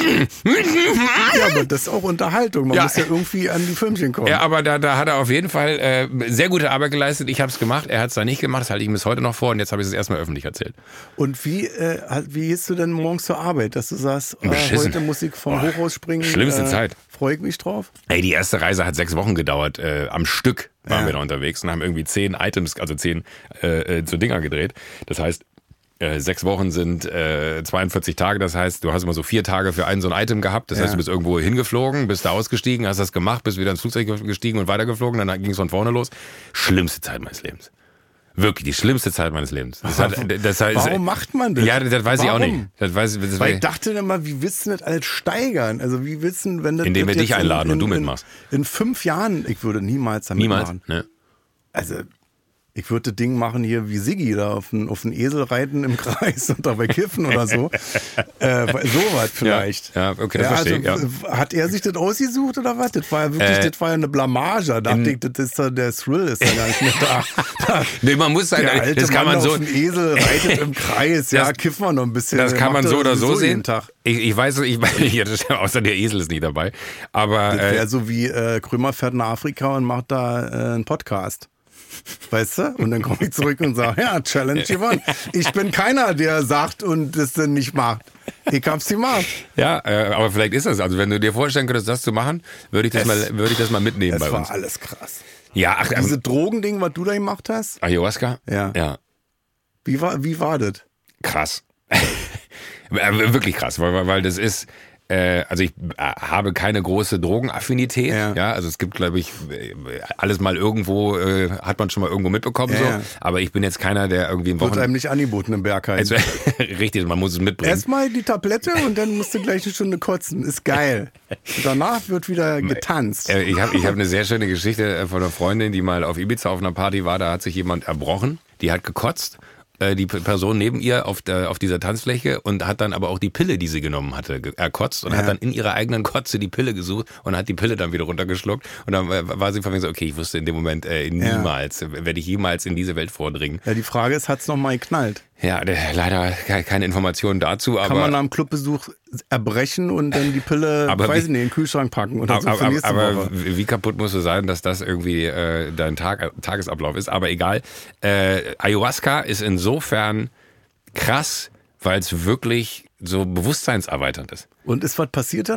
Ja, aber das ist auch Unterhaltung. Man Ja. muss ja irgendwie an die Filmchen kommen. ja, aber da, da hat er auf jeden Fall äh, sehr gute Arbeit geleistet. Ich habe es gemacht, er hat es da nicht gemacht, das halte ich ihm bis heute noch vor und jetzt habe ich es erstmal öffentlich erzählt. Und wie, äh, wie gehst du denn morgens zur Arbeit, dass du sagst, äh, Beschissen. heute muss ich vom Oh, Hochhaus springen? schlimmste äh, Zeit. Freue ich mich drauf. Ey, die erste Reise hat sechs Wochen gedauert, äh, am Stück waren Ja. wir da unterwegs und haben irgendwie zehn Items, also zehn äh, äh, so Dinger gedreht. Das heißt, äh, sechs Wochen sind äh, zweiundvierzig Tage, das heißt, du hast immer so vier Tage für ein so ein Item gehabt. Das Ja. heißt, du bist irgendwo hingeflogen, bist da ausgestiegen, hast das gemacht, bist wieder ins Flugzeug gestiegen und weitergeflogen, dann ging es von vorne los. Schlimmste Zeit meines Lebens. Wirklich, die schlimmste Zeit meines Lebens. Das hat, das heißt, Warum macht man das? Ja, das weiß ich auch Warum? nicht. Das weiß, das Weil weiß ich dachte immer, wie willst du das alles steigern? Also wie willst du, wenn das Indem das wir dich jetzt einladen in, und du in, mitmachst. In, in fünf Jahren, ich würde niemals damit niemals. machen. Ne? Also ich würde das Ding machen hier wie Siggi, da auf einen, auf einen Esel reiten im Kreis und dabei kiffen oder so. äh, sowas vielleicht. Ja, ja, okay, das verstehe ich, also, Hat er sich das ausgesucht oder was? Das war ja wirklich, Äh, das war ja eine Blamage. Da dachte ich, das ist da, der Thrill ist ja gar nicht mehr da. da Nee, man muss sagen, der alte das kann Mann man so. auf einen Esel reitet im Kreis. Ja, Das- kiffen wir noch ein bisschen. Das kann man Macht so er oder so sowieso sehen. jeden Tag. Ich, ich weiß, ich ja, das, außer der Esel ist nicht dabei. Aber Das wäre äh, so wie äh, Krömer fährt nach Afrika und macht da äh, einen Podcast. Weißt du? Und dann komme ich zurück und sage, ja, Challenge gewonnen. Ich bin keiner, der sagt und das dann nicht macht. Ich hab's gemacht. ja, äh, aber vielleicht ist das. Also wenn du dir vorstellen könntest, das zu machen, würde ich das Es- mal, würde ich das mal mitnehmen Das bei war uns. alles krass. Ja, ach, Diese ähm, Drogending, was du da gemacht hast, Ayahuasca. Ja. Ja, wie war, wie war das? krass. Äh, Wirklich krass, weil, weil- weil das ist. Äh, also ich äh, habe keine große Drogenaffinität. Ja. Ja, also es gibt, glaube ich, äh, alles mal irgendwo, äh, hat man schon mal irgendwo mitbekommen. Ja, so. ja. Aber ich bin jetzt keiner, der irgendwie im Wird Wochen. einem nicht angeboten im Bergheim. Also, richtig, man muss es mitbringen. Erstmal die Tablette und dann musst du gleich eine Stunde kotzen. Ist geil. Und danach wird wieder getanzt. Äh, Ich habe ich hab eine sehr schöne Geschichte von einer Freundin, die mal auf Ibiza auf einer Party war. Da hat sich jemand erbrochen. Die hat gekotzt. äh, Die Person neben ihr auf, der, auf dieser Tanzfläche und hat dann aber auch die Pille, die sie genommen hatte, ge- erkotzt und Ja. hat dann in ihrer eigenen Kotze die Pille gesucht und hat die Pille dann wieder runtergeschluckt. Und dann äh, war sie von mir so, okay, ich wusste in dem Moment äh, niemals, äh, werde ich jemals in diese Welt vordringen. Ja, die Frage ist, hat's noch mal geknallt? Ja, äh, leider ke- keine Informationen dazu, aber... Kann man nach dem Clubbesuch erbrechen und dann die Pille, Aber weiß wie- ich nicht, in den Kühlschrank packen oder so aber, für nächste aber, Woche. aber wie kaputt musst du sein, dass das irgendwie äh, dein Tag, Tagesablauf ist? Aber egal. Äh, Ayahuasca ist insofern krass, weil es wirklich so bewusstseinserweiternd ist. Und ist was passiert danach?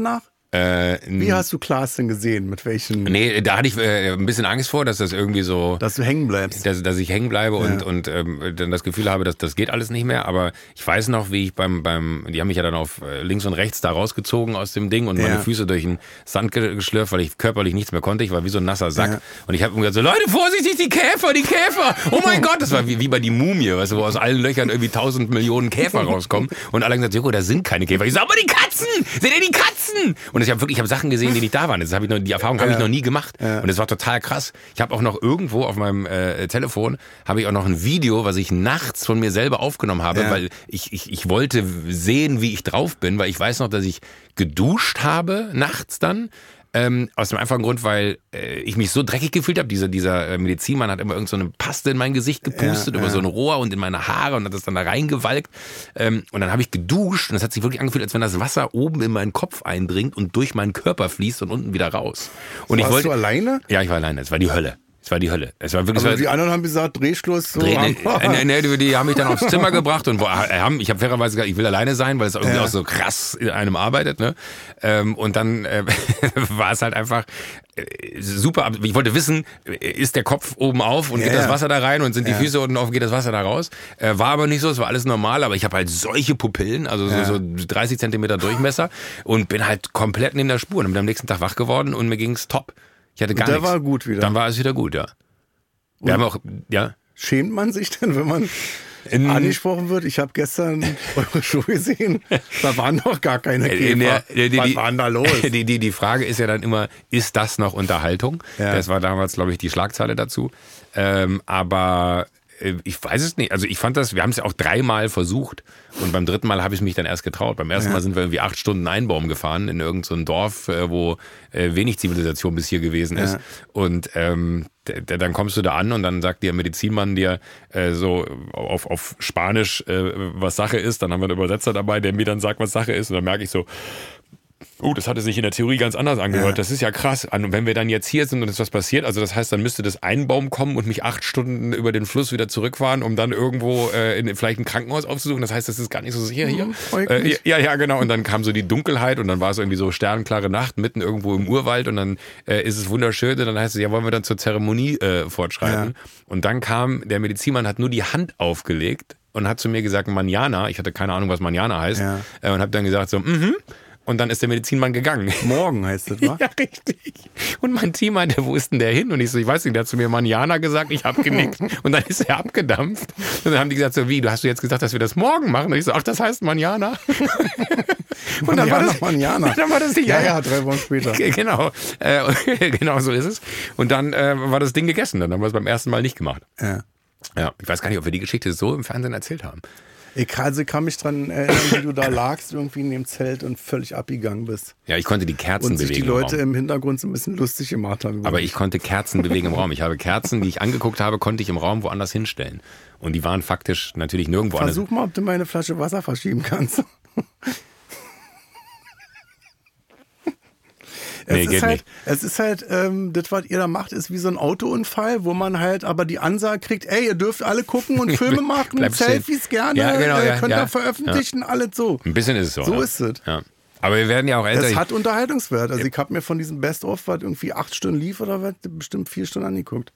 Äh, Wie hast du Klaas denn gesehen? Mit welchen? Nee, da hatte ich äh, ein bisschen Angst vor, dass das irgendwie so... Dass du hängen bleibst. Dass, dass ich hängen bleibe und, ja. und ähm, dann das Gefühl habe, dass das geht alles nicht mehr. Aber ich weiß noch, wie ich beim... beim die haben mich ja dann auf links und rechts da rausgezogen aus dem Ding und ja. meine Füße durch den Sand geschlürft, weil ich körperlich nichts mehr konnte. Ich war wie so ein nasser Sack. Ja. Und ich habe gesagt so, Leute, vorsichtig, die Käfer, die Käfer! Oh mein Gott! Das war wie, wie bei die Mumie, weißt du, wo aus allen Löchern irgendwie tausend Millionen Käfer rauskommen. Und alle haben gesagt, Joko, da sind keine Käfer. Ich sag, aber die Katzen! Seht ihr die Katzen? Und ich habe wirklich, ich habe Sachen gesehen, die nicht da waren. Das hab ich noch, die Erfahrung habe ja. ich noch nie gemacht. Ja. Und es war total krass. Ich habe auch noch irgendwo auf meinem äh, Telefon, habe ich auch noch ein Video, was ich nachts von mir selber aufgenommen habe, ja. weil ich, ich, ich wollte sehen, wie ich drauf bin, weil ich weiß noch, dass ich geduscht habe nachts dann. Ähm, aus dem einfachen Grund, weil äh, ich mich so dreckig gefühlt habe. Dieser, dieser äh, Medizinmann hat immer irgend so eine Paste in mein Gesicht gepustet, ja, über ja. so ein Rohr und in meine Haare und hat das dann da reingewalkt. Ähm, und dann habe ich geduscht und es hat sich wirklich angefühlt, als wenn das Wasser oben in meinen Kopf eindringt und durch meinen Körper fließt und unten wieder raus. Und Warst ich wollte, du alleine? Ja, ich war alleine. Es war die Hölle. Es war die Hölle. Es war wirklich, aber es war, die anderen haben gesagt, Drehschluss. So Dreh, ne, ne, die, die haben mich dann aufs Zimmer gebracht und haben, ich habe fairerweise gesagt, ich will alleine sein, weil es irgendwie ja. auch so krass in einem arbeitet. Ne? Und dann äh, war es halt einfach äh, super. Ich wollte wissen, ist der Kopf oben auf und ja, geht das Wasser da rein und sind die ja. Füße unten auf und geht das Wasser da raus? Äh, war aber nicht so, es war alles normal, aber ich habe halt solche Pupillen, also ja. so, so dreißig Zentimeter Durchmesser und bin halt komplett neben der Spur und bin am nächsten Tag wach geworden und mir ging's top. Ich hatte gar und der nichts. war gut wieder. Dann war es wieder gut, ja. Wir haben auch, ja. Schämt man sich denn, wenn man in, angesprochen wird? Ich habe gestern eure Show gesehen, da waren noch gar keine Käfer. Der, der, die, Was war denn da los? Die, die, die Frage ist ja dann immer, ist das noch Unterhaltung? Ja. Das war damals, glaube ich, die Schlagzeile dazu. Ähm, aber ich weiß es nicht. Also ich fand das, wir haben es ja auch dreimal versucht und beim dritten Mal habe ich mich dann erst getraut. Beim ersten ja. Mal sind wir irgendwie acht Stunden Einbaum gefahren in irgendein so Dorf, wo wenig Zivilisation bis hier gewesen ist. Ja. Und ähm, dann kommst du da an und dann sagt der Medizinmann dir äh, so auf, auf Spanisch, äh, was Sache ist. Dann haben wir einen Übersetzer dabei, der mir dann sagt, was Sache ist. Und dann merke ich so, oh, das hatte sich in der Theorie ganz anders angehört. Ja. Das ist ja krass. Und wenn wir dann jetzt hier sind und es was passiert, also das heißt, dann müsste das Einbaum kommen und mich acht Stunden über den Fluss wieder zurückfahren, um dann irgendwo äh, in vielleicht ein Krankenhaus aufzusuchen. Das heißt, das ist gar nicht so sicher hier. Mhm, äh, ja, ja, genau. Und dann kam so die Dunkelheit und dann war es irgendwie so sternklare Nacht mitten irgendwo im Urwald und dann äh, ist es wunderschön. Und dann heißt es, ja, wollen wir dann zur Zeremonie äh, fortschreiten. Ja. Und dann kam der Medizinmann, hat nur die Hand aufgelegt und hat zu mir gesagt, Manjana. Ich hatte keine Ahnung, was Manjana heißt. Ja. Äh, und habe dann gesagt so, mhm. Und dann ist der Medizinmann gegangen. Morgen heißt das, wa? Ja, richtig. Und mein Team meinte, wo ist denn der hin? Und ich so, ich weiß nicht, der hat zu mir Manjana gesagt, ich hab genickt. Und dann ist er abgedampft. Und dann haben die gesagt so, wie, du hast du jetzt gesagt, dass wir das morgen machen? Und ich so, ach, das heißt Manjana. Und dann war das, Manjana. Dann war das Ding, ja, ja, drei Wochen später. Genau, äh, genau so ist es. Und dann äh, war das Ding gegessen. Dann haben wir es beim ersten Mal nicht gemacht. Ja. Ja, ich weiß gar nicht, ob wir die Geschichte so im Fernsehen erzählt haben. Ich also kann mich dran erinnern, wie du da lagst irgendwie in dem Zelt und völlig abgegangen bist. Ja, ich konnte die Kerzen und sich bewegen die Leute im, im Hintergrund so ein bisschen lustig gemacht haben. Aber ich konnte Kerzen bewegen im Raum. Ich habe Kerzen, die ich angeguckt habe, konnte ich im Raum woanders hinstellen. Und die waren faktisch natürlich nirgendwo anders. Versuch mal, ob du meine Flasche Wasser verschieben kannst. Es, nee, ist geht halt, nicht. es ist halt, ähm, das, was ihr da macht, ist wie so ein Autounfall, wo man halt aber die Ansage kriegt, ey, ihr dürft alle gucken und Filme machen, Selfies gerne, ja, genau, äh, ja, könnt ihr ja, veröffentlichen, ja. alles so. Ein bisschen ist es so. So ja. ist es. Ja. Aber wir werden ja auch älter. Es hat Unterhaltungswert. Also ich habe mir von diesem Best-of, was irgendwie acht Stunden lief oder was, bestimmt vier Stunden angeguckt.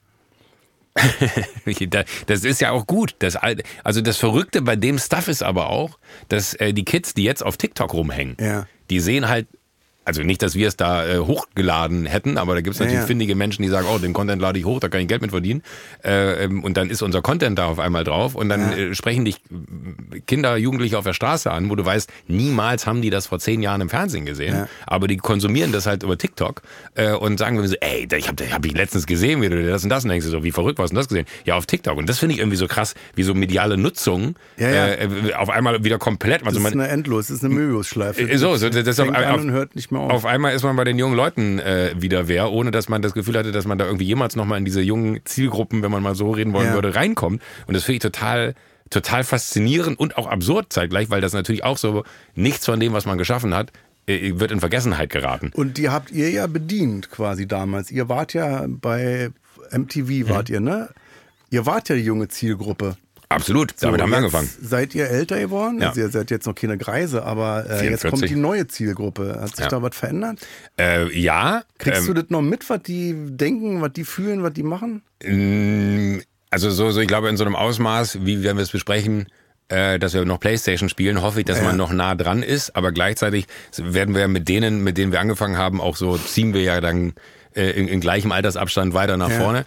Das ist ja auch gut. Das, also das Verrückte bei dem Stuff ist aber auch, dass äh, die Kids, die jetzt auf TikTok rumhängen, ja. die sehen halt, also nicht, dass wir es da äh, hochgeladen hätten, aber da gibt es natürlich ja, ja. findige Menschen, die sagen, oh, den Content lade ich hoch, da kann ich Geld mit verdienen. Äh, und dann ist unser Content da auf einmal drauf und dann ja. äh, sprechen dich Kinder, Jugendliche auf der Straße an, wo du weißt, niemals haben die das vor zehn Jahren im Fernsehen gesehen, ja. aber die konsumieren das halt über TikTok äh, und sagen mir so, ey, ich habe hab ich letztens gesehen, wie du das und das, und denkst du so, wie verrückt, was hast du das gesehen? Ja, auf TikTok. Und das finde ich irgendwie so krass, wie so mediale Nutzung ja, ja. Äh, auf einmal wieder komplett. Also das ist man, eine Endlos, das ist eine Möbiusschleife. Äh, so, so, das ist auf, auf, und hört nicht mehr auf. Auf einmal ist man bei den jungen Leuten äh, wieder wer, ohne dass man das Gefühl hatte, dass man da irgendwie jemals nochmal in diese jungen Zielgruppen, wenn man mal so reden wollen ja. würde, reinkommt. Und das finde ich total, total faszinierend und auch absurd zeitgleich, weil das natürlich auch so nichts von dem, was man geschaffen hat, äh, wird in Vergessenheit geraten. Und die habt ihr ja bedient quasi damals. Ihr wart ja bei M T V, wart mhm. ihr, ne? Ihr wart ja die junge Zielgruppe. Absolut, So, damit haben wir jetzt angefangen. Seid ihr älter geworden? Ja. Also ihr seid jetzt noch keine Greise, aber äh, jetzt vierundvierzig. kommt die neue Zielgruppe. Hat sich Ja. da was verändert? Äh, ja. Kriegst ähm, du das noch mit, was die denken, was die fühlen, was die machen? Also so, so, ich glaube, in so einem Ausmaß, wie werden wir es besprechen, äh, dass wir noch Playstation spielen, hoffe ich, dass Ja. man noch nah dran ist. Aber gleichzeitig werden wir mit denen, mit denen wir angefangen haben, auch so ziehen wir ja dann äh, in, in gleichem Altersabstand weiter nach Ja. vorne.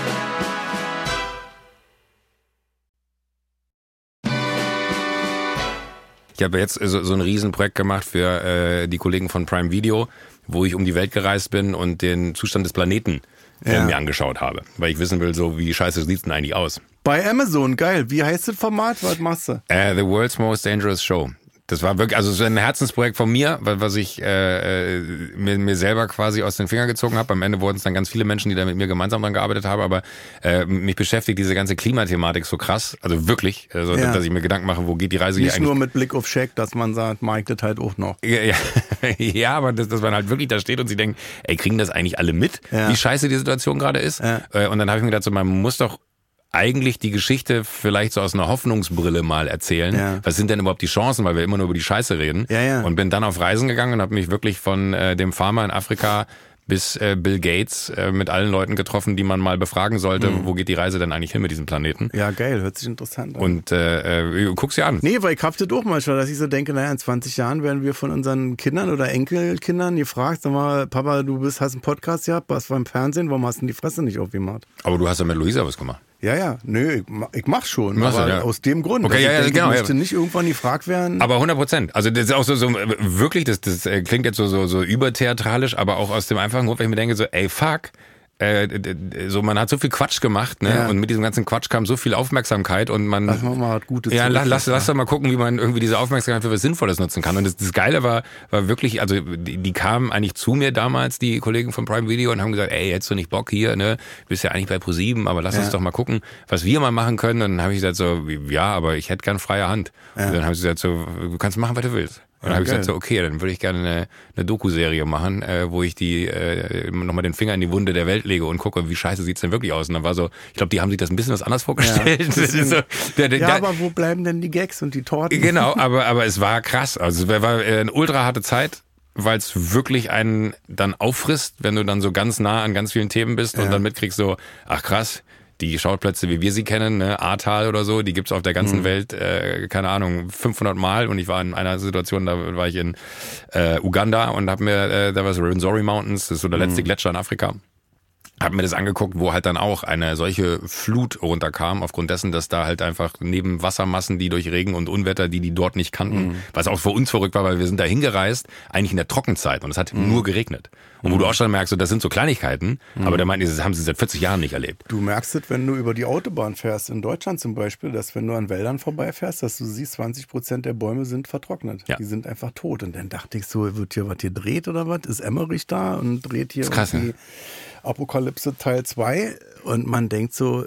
Ich habe jetzt so, so ein Riesenprojekt gemacht für äh, die Kollegen von Prime Video, wo ich um die Welt gereist bin und den Zustand des Planeten äh, Ja. mir angeschaut habe. Weil ich wissen will, so wie scheiße sieht's denn eigentlich aus. Bei Amazon, geil. Wie heißt das Format? Was machst du? Äh, The World's Most Dangerous Show. Das war wirklich, also so ein Herzensprojekt von mir, was ich äh, mir, mir selber quasi aus den Fingern gezogen habe. Am Ende wurden es dann ganz viele Menschen, die da mit mir gemeinsam dran gearbeitet haben, aber äh, mich beschäftigt diese ganze Klimathematik so krass, also wirklich, also, Ja. dass ich mir Gedanken mache, wo geht die Reise hier Nicht eigentlich? nur mit Blick auf Shaq, dass man sagt, Mike, das halt auch noch. Ja, ja, ja, aber dass, dass man halt wirklich da steht und sie denken, ey, kriegen das eigentlich alle mit, Ja. wie scheiße die Situation gerade ist? Ja. Äh, Und dann habe ich mir gedacht, so, man muss doch eigentlich die Geschichte vielleicht so aus einer Hoffnungsbrille mal erzählen. Ja. Was sind denn überhaupt die Chancen, weil wir immer nur über die Scheiße reden. Ja, ja. Und bin dann auf Reisen gegangen und habe mich wirklich von äh, dem Farmer in Afrika bis äh, Bill Gates äh, mit allen Leuten getroffen, die man mal befragen sollte, Mhm. wo geht die Reise denn eigentlich hin mit diesem Planeten? Ja, geil, hört sich interessant an. Und äh, äh, guck's dir an. Nee, weil ich hab das auch manchmal, dass ich so denke, naja, in zwanzig Jahren werden wir von unseren Kindern oder Enkelkindern gefragt, sag mal, Papa, du bist, hast einen Podcast gehabt, warst beim Fernsehen, warum hast du denn die Fresse nicht aufgemacht? Aber du hast ja mit Luisa was gemacht. Ja, ja, nö, ich, ma- ich mach schon, Machst du, aber ja. aus dem Grund. Okay, dass ja, ich ja, denke, genau, ich ja. möchte nicht irgendwann gefragt werden. Aber hundert Prozent. Also das ist auch so, so äh, wirklich, das, das äh, klingt jetzt so, so, so übertheatralisch, aber auch aus dem einfachen Grund, weil ich mir denke so, ey, fuck, äh, d- d- so man hat so viel Quatsch gemacht, ne? Ja. Und mit diesem ganzen Quatsch kam so viel Aufmerksamkeit und man... Lass mal mal was Gutes Ja, la- zurück. lass, lass doch mal gucken, wie man irgendwie diese Aufmerksamkeit für was Sinnvolles nutzen kann. Und das, das Geile war, war wirklich, also die, die kamen eigentlich zu mir damals, die Kollegen von Prime Video, und haben gesagt, ey, hättest du nicht Bock hier, ne? Du bist ja eigentlich bei ProSieben, aber lass Ja. uns doch mal gucken, was wir mal machen können. Und dann habe ich gesagt so, ja, aber ich hätte gern freie Hand. Ja. Und dann haben sie gesagt so, du kannst machen, was du willst. Und dann Ja, habe ich geil. gesagt so, okay, dann würde ich gerne eine, eine Doku-Serie machen, äh, wo ich die äh, nochmal den Finger in die Wunde der Welt lege und gucke, wie scheiße sieht's denn wirklich aus. Und dann war so, ich glaube, die haben sich das ein bisschen was anders vorgestellt. Ja, Das ist so, der, der, Ja, der, aber wo bleiben denn die Gags und die Torten? Genau, aber, aber es war krass. Also es war äh, eine ultra harte Zeit, weil es wirklich einen dann auffrisst, wenn du dann so ganz nah an ganz vielen Themen bist und Ja. dann mitkriegst so, ach krass, die Schauplätze, wie wir sie kennen, ne, Ahrtal oder so, die gibt's auf der ganzen Mhm. Welt, äh, keine Ahnung, fünfhundert Mal. Und ich war in einer Situation, da war ich in äh, Uganda und hab mir, äh, da war es Rwenzori Mountains, das ist so der letzte Mhm. Gletscher in Afrika. Hab mir das angeguckt, wo halt dann auch eine solche Flut runterkam, aufgrund dessen, dass da halt einfach neben Wassermassen, die durch Regen und Unwetter, die die dort nicht kannten, Mhm. was auch für uns verrückt war, weil wir sind da hingereist, eigentlich in der Trockenzeit und es hat Mhm. nur geregnet. Und wo du auch schon merkst, so, das sind so Kleinigkeiten, aber der meint, das haben sie seit vierzig Jahren nicht erlebt. Du merkst es, wenn du über die Autobahn fährst, in Deutschland zum Beispiel, dass wenn du an Wäldern vorbeifährst, dass du siehst, zwanzig Prozent der Bäume sind vertrocknet. Ja. Die sind einfach tot. Und dann dachte ich so, wird hier was gedreht oder was? Ist Emmerich da und dreht hier Das ist krass, irgendwie Apokalypse Teil zwei? Und man denkt so,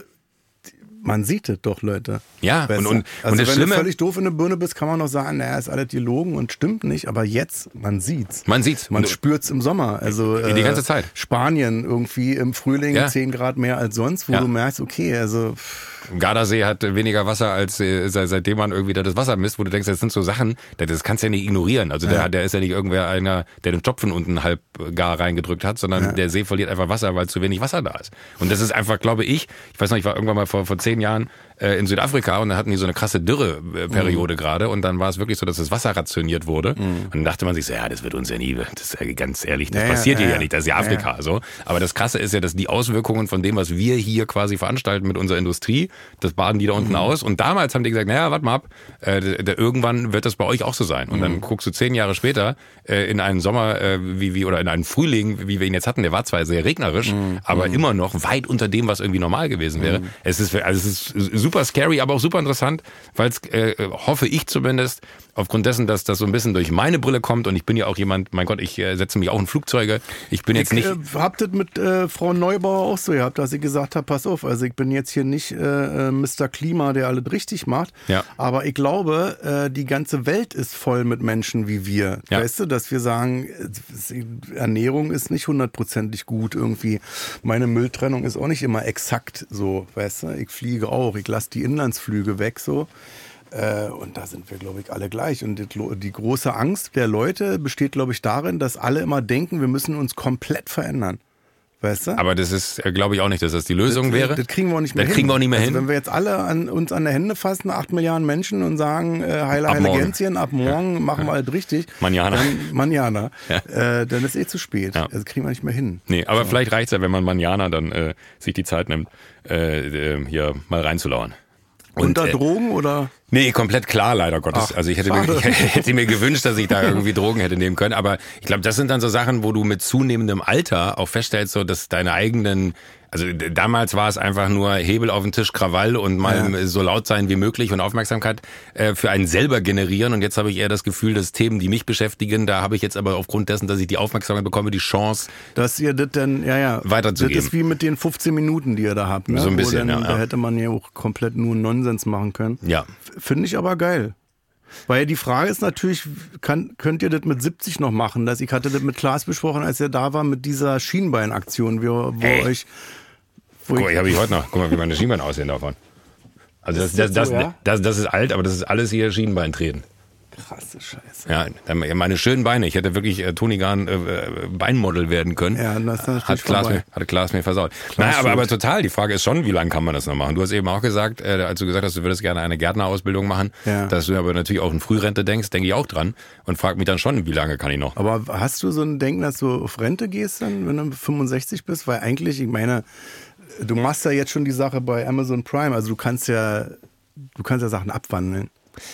man sieht es doch, Leute. Ja, Besser. und, und, also und das wenn Schlimme, du völlig doof in der Birne bist, kann man noch sagen, naja, ist alles gelogen und stimmt nicht. Aber jetzt, man sieht's. man sieht's. Man Und- spürt's im Sommer. Also Die ganze Zeit. Spanien irgendwie im Frühling Ja. zehn Grad mehr als sonst, wo Ja. du merkst, okay, also pff, Gardasee hat weniger Wasser, als äh, seit- seitdem man irgendwie da das Wasser misst, wo du denkst, das sind so Sachen, das das kannst du ja nicht ignorieren. Also der, Ja. der ist ja nicht irgendwer einer, der den Topfen unten halb gar reingedrückt hat, sondern Ja. der See verliert einfach Wasser, weil zu wenig Wasser da ist. Und das ist einfach, glaube ich, ich weiß noch, ich war irgendwann mal vor, vor zehn Jahren äh, in Südafrika und da hatten die so eine krasse Dürreperiode Mhm. gerade und dann war es wirklich so, dass das Wasser rationiert wurde und dann dachte man sich so, ja, das wird uns ja nie, das ist ja ganz ehrlich, das Ja, ja, passiert hier ja, ja ja. nicht, das ist ja Ja, Afrika, so. Aber das Krasse ist ja, dass die Auswirkungen von dem, was wir hier quasi veranstalten mit unserer Industrie, das baden die da unten aus. Und damals haben die gesagt, naja, warte mal ab, äh, der, der, irgendwann wird das bei euch auch so sein. Und dann guckst du zehn Jahre später äh, in einen Sommer äh, wie, wie oder in einen Frühling, wie wir ihn jetzt hatten, der war zwar sehr regnerisch, aber immer noch weit unter dem, was irgendwie normal gewesen wäre. Es ist, also es ist super scary, aber auch super interessant, weil es, äh, hoffe ich zumindest, aufgrund dessen, dass das so ein bisschen durch meine Brille kommt und ich bin ja auch jemand, mein Gott, ich äh, setze mich auch in Flugzeuge. Ich bin jetzt nicht... Ich äh, hab das mit äh, Frau Neubauer auch so gehabt, dass ich gesagt habe, pass auf, also ich bin jetzt hier nicht äh, Mister Klima, der alles richtig macht, ja. aber ich glaube, äh, die ganze Welt ist voll mit Menschen wie wir. Ja. Weißt du, dass wir sagen, Ernährung ist nicht hundertprozentig gut irgendwie. Meine Mülltrennung ist auch nicht immer exakt so, weißt du. Ich fliege auch, ich lasse die Inlandsflüge weg so. Äh, und da sind wir, glaube ich, alle gleich. Und die, die große Angst der Leute besteht, glaube ich, darin, dass alle immer denken, wir müssen uns komplett verändern. Weißt du? Aber das ist, glaube ich, auch nicht, dass das die Lösung das, wäre. Das kriegen wir auch nicht mehr das hin. kriegen wir auch nicht mehr also, hin. Wenn wir jetzt alle an, uns an der Hände fassen, acht Milliarden Menschen und sagen, äh, heile, heile Gänschen, ab morgen ja. machen wir alles richtig. Manjana. Dann, Manjana. Ja. Äh, dann ist eh zu spät. Ja. Das kriegen wir nicht mehr hin. Nee, aber so. Vielleicht reicht es ja, wenn man Manjana dann äh, sich die Zeit nimmt, äh, hier mal reinzulauern. Und, Unter äh, Drogen oder? Nee, komplett klar, leider Gottes. Ach, also ich hätte mir, ich hätte mir gewünscht, dass ich da irgendwie Drogen hätte nehmen können. Aber ich glaube, das sind dann so Sachen, wo du mit zunehmendem Alter auch feststellst, so dass deine eigenen, also damals war es einfach nur Hebel auf den Tisch, Krawall und mal ja. so laut sein wie möglich und Aufmerksamkeit äh, für einen selber generieren. Und jetzt habe ich eher das Gefühl, dass Themen, die mich beschäftigen, da habe ich jetzt aber aufgrund dessen, dass ich die Aufmerksamkeit bekomme, die Chance, dass ihr das dann, ja, ja, weiterzugeben. Das ist wie mit den fünfzehn Minuten, die ihr da habt. Ne? So ein bisschen, dann, ja. Da hätte man ja auch komplett nur Nonsens machen können. Ja. Finde ich aber geil. Weil die Frage ist natürlich, kann, könnt ihr das mit siebzig noch machen? Das, ich hatte das mit Klaas besprochen, als er da war mit dieser Schienbeinaktion, wo, wo hey. euch... Wo Guck, ich habe ich heute noch. Guck mal, wie meine Schienbeine aussehen davon. Also das, das, das, so, ja? das, das ist alt, aber das ist alles hier Schienbeintreten. Krasse Scheiße. Ja, meine schönen Beine. Ich hätte wirklich äh, Toni Gahn äh, Beinmodel werden können. Ja, das ist hat Klaas mir, hat Klaas mir versaut. Naja, aber, aber total. Die Frage ist schon, wie lange kann man das noch machen? Du hast eben auch gesagt, äh, als du gesagt hast, du würdest gerne eine Gärtnerausbildung machen, ja. dass du aber natürlich auch in Frührente denkst, denke ich auch dran und frag mich dann schon, wie lange kann ich noch? Aber hast du so ein Denken, dass du auf Rente gehst dann, wenn du fünfundsechzig bist? Weil eigentlich, ich meine, du machst ja jetzt schon die Sache bei Amazon Prime, also du kannst ja, du kannst ja Sachen abwandeln.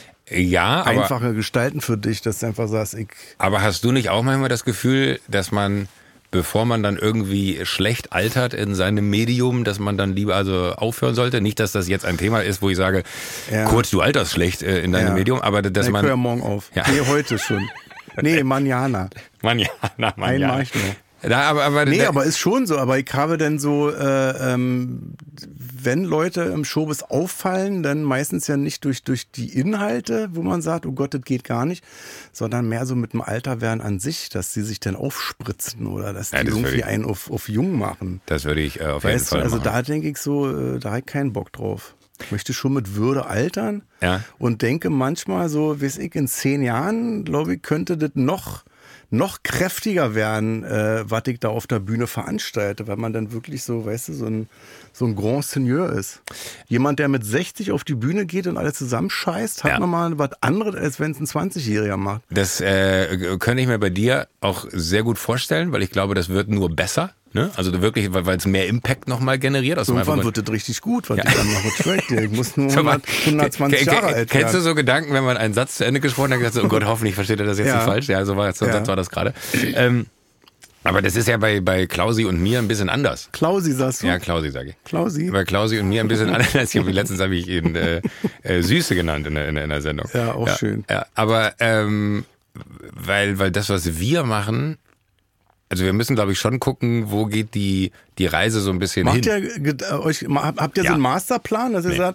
Ja, aber... Einfache gestalten für dich, dass du einfach sagst, ich... Aber hast du nicht auch manchmal das Gefühl, dass man, bevor man dann irgendwie schlecht altert in seinem Medium, dass man dann lieber also aufhören sollte? Nicht, dass das jetzt ein Thema ist, wo ich sage, ja. Kurt, du alterst schlecht äh, in deinem ja. Medium, aber dass ich man... Ich höre morgen auf. Ja. Nee, heute schon. Nee, Manjana. Manjana, Manjana. Einen mach ich noch. Da, aber, aber, nee, da, aber ist schon so. Aber ich habe dann so, äh, ähm, wenn Leute im Showbiz auffallen, dann meistens ja nicht durch, durch die Inhalte, wo man sagt, oh Gott, das geht gar nicht, sondern mehr so mit dem Alterwerden an sich, dass sie sich dann aufspritzen oder dass die ja, das irgendwie ich, einen auf, auf jung machen. Das würde ich äh, auf weißt jeden Fall du, also machen. da denke ich so, äh, da habe ich keinen Bock drauf. Ich möchte schon mit Würde altern ja. und denke manchmal so, weiß ich, in zehn Jahren, glaube ich, könnte das noch... noch kräftiger werden, äh, was ich da auf der Bühne veranstalte, weil man dann wirklich so, weißt du, so ein, so ein Grand Seigneur ist. Jemand, der mit sechzig auf die Bühne geht und alles zusammenscheißt, hat ja. nochmal was anderes, als wenn es ein zwanzigjähriger macht. Das äh, könnte ich mir bei dir auch sehr gut vorstellen, weil ich glaube, das wird nur besser. Ne? Also wirklich, weil es mehr Impact nochmal generiert. Also irgendwann wird das richtig gut, weil ja. ich dann noch track. Ich muss nur hundert, hundertzwanzig Jahre alt werden. Kennst du so Gedanken, wenn man einen Satz zu Ende gesprochen hat, gesagt so, oh Gott, hoffentlich versteht er das jetzt ja. nicht falsch. Ja, so war, so ja. war das gerade. Ähm, aber das ist ja bei, bei Klausi und mir ein bisschen anders. Klausi sagst du? Ja, Klausi sage ich. Klausi? Bei Klausi und mir ein bisschen anders. Ich hab, letztens habe ich ihn äh, äh, Süße genannt in der, in der, in der Sendung. Ja, auch ja, schön. Ja, aber ähm, weil, weil das, was wir machen, also wir müssen, glaube ich, schon gucken, wo geht die, die Reise so ein bisschen Macht hin. Ihr, euch, habt ihr ja. so einen Masterplan, dass ihr nee. sagt,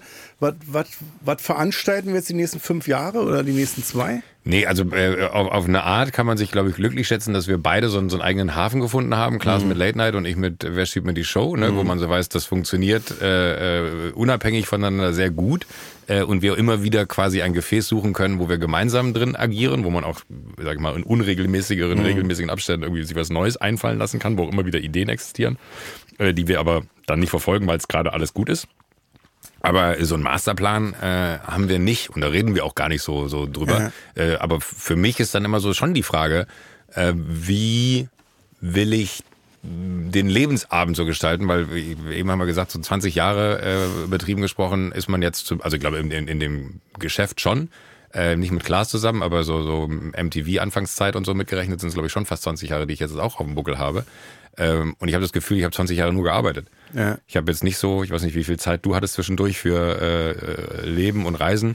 was veranstalten wir jetzt die nächsten fünf Jahre oder die nächsten zwei? Nee, also äh, auf, auf eine Art kann man sich, glaube ich, glücklich schätzen, dass wir beide so, einen, so einen eigenen Hafen gefunden haben. Klaas mhm. mit Late Night und ich mit Wer schiebt mir die Show, ne, mhm. wo man so weiß, das funktioniert äh, äh, unabhängig voneinander sehr gut. Äh, und wir immer wieder quasi ein Gefäß suchen können, wo wir gemeinsam drin agieren, wo man auch, sag ich mal, in unregelmäßigeren, mhm. regelmäßigen Abständen irgendwie sich was Neues einfallen lassen kann, wo auch immer wieder Ideen existieren, äh, die wir aber dann nicht verfolgen, weil es gerade alles gut ist. Aber so einen Masterplan äh, haben wir nicht und da reden wir auch gar nicht so, so drüber. Ja. Äh, aber für mich ist dann immer so schon die Frage, äh, wie will ich den Lebensabend so gestalten, weil eben haben wir gesagt, so zwanzig Jahre äh, übertrieben gesprochen ist man jetzt, zu, also ich glaube in, in, in dem Geschäft schon, äh, nicht mit Klaas zusammen, aber so, so M T V-Anfangszeit und so mitgerechnet sind es glaube ich schon fast zwanzig Jahre, die ich jetzt auch auf dem Buckel habe. Ähm, und ich habe das Gefühl, ich habe zwanzig Jahre nur gearbeitet. Ja. Ich habe jetzt nicht so, ich weiß nicht, wie viel Zeit du hattest zwischendurch für äh, Leben und Reisen.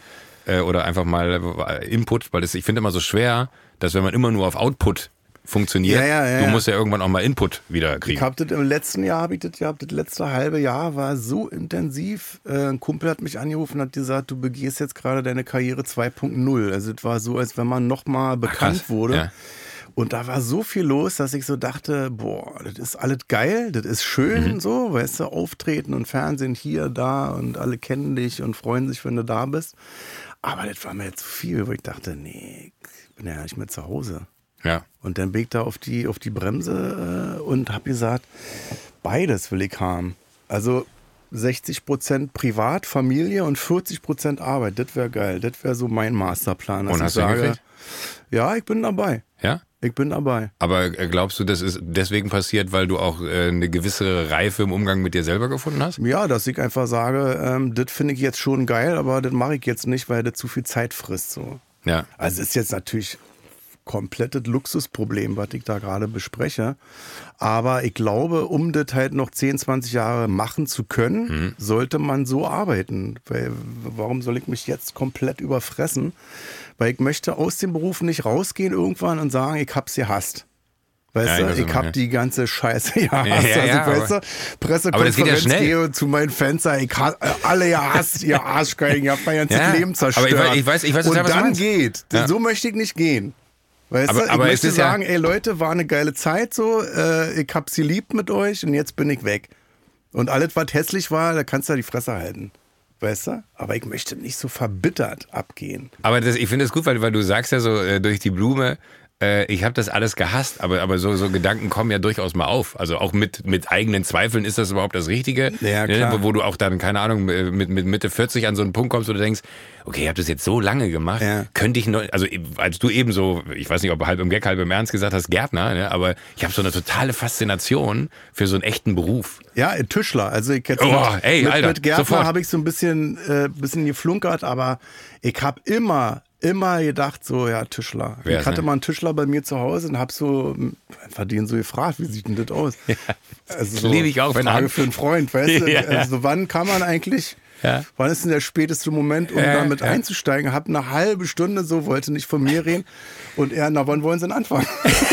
äh, oder einfach mal äh, Input, weil das, ich finde immer so schwer, dass wenn man immer nur auf Output funktioniert, Ja, ja, ja, du ja. musst ja irgendwann auch mal Input wieder kriegen. Ich hab das im letzten Jahr, hab ich das gehabt, das letzte halbe Jahr war so intensiv. Äh, ein Kumpel hat mich angerufen und hat gesagt, du begehst jetzt gerade deine Karriere zwei Punkt null. Also es war so, als wenn man nochmal bekannt krass. wurde. Ja. Und da war so viel los, dass ich so dachte, boah, das ist alles geil, das ist schön, Mhm. so, weißt du, Auftreten und Fernsehen hier, da und alle kennen dich und freuen sich, wenn du da bist. Aber das war mir jetzt zu viel, wo ich dachte, nee, ich bin ja nicht mehr zu Hause. Ja. Und dann bin ich da auf die, auf die Bremse äh, und habe gesagt, beides will ich haben. Also sechzig Prozent privat, Familie und vierzig Prozent Arbeit. Das wäre geil. Das wäre so mein Masterplan. dass Und ich hast du sage, hingekriegt? ja, ich bin dabei. Ja? Ich bin dabei. Aber äh, glaubst du, das ist deswegen passiert, weil du auch äh, eine gewisse Reife im Umgang mit dir selber gefunden hast? Ja, dass ich einfach sage, ähm, das finde ich jetzt schon geil, aber das mache ich jetzt nicht, weil das zu viel Zeit frisst. So. Ja. Also es ist jetzt natürlich komplettes Luxusproblem, was ich da gerade bespreche. Aber ich glaube, um das halt noch zehn, zwanzig Jahre machen zu können, mhm. sollte man so arbeiten. Weil, warum soll ich mich jetzt komplett überfressen? Weil ich möchte aus dem Beruf nicht rausgehen irgendwann und sagen, ich hab's gehasst. Weißt ja, du, ich, ich hab ja. die ganze Scheiße gehasst. Ja, ja, ja, also, weißt du, Pressekonferenz ja gehe zu meinen Fans, ich ha- alle gehasst, ihr Arschgeigen, ihr habt mein ganzes ja, Leben zerstört. Aber ich weiß, ich weiß, ich weiß und total, was du dann meinst. geht. Ja. So möchte ich nicht gehen. Weißt aber, du, ich aber möchte es ist sagen, ja ey Leute, war eine geile Zeit so, äh, ich hab sie lieb mit euch und jetzt bin ich weg. Und alles, was hässlich war, da kannst du ja die Fresse halten. Weißt du? Aber ich möchte nicht so verbittert abgehen. Aber das, ich finde es gut, weil, weil du sagst ja so äh, durch die Blume, äh, ich habe das alles gehasst, aber, aber so, so Gedanken kommen ja durchaus mal auf. Also auch mit, mit eigenen Zweifeln, ist das überhaupt das Richtige? Ja, klar. Wo, wo du auch dann, keine Ahnung, mit, mit Mitte vierzig an so einen Punkt kommst, wo du denkst, okay, ich habe das jetzt so lange gemacht, Ja. könnte ich noch, also als du eben so, ich weiß nicht, ob halb im Gag, halb im Ernst gesagt hast, Gärtner, ne, aber ich habe so eine totale Faszination für so einen echten Beruf. Ja, Tischler. Also ich jetzt Oh, mit, ey, mit, Alter, mit Gärtner sofort. habe ich so ein bisschen, äh, bisschen geflunkert, aber ich habe immer, immer gedacht, so, ja, Tischler. Wer ich ist hatte denn? mal einen Tischler bei mir zu Hause und habe so, einfach den so gefragt, wie sieht denn das aus? Ja, Also so, liebe ich auch Frage Fragen. für einen Freund, weißt du? Ja. Also wann kann man eigentlich, Ja. wann ist denn der späteste Moment, um Ja, damit ja. einzusteigen? Hab eine halbe Stunde so, wollte nicht von mir reden und er, na wann wollen sie denn anfangen?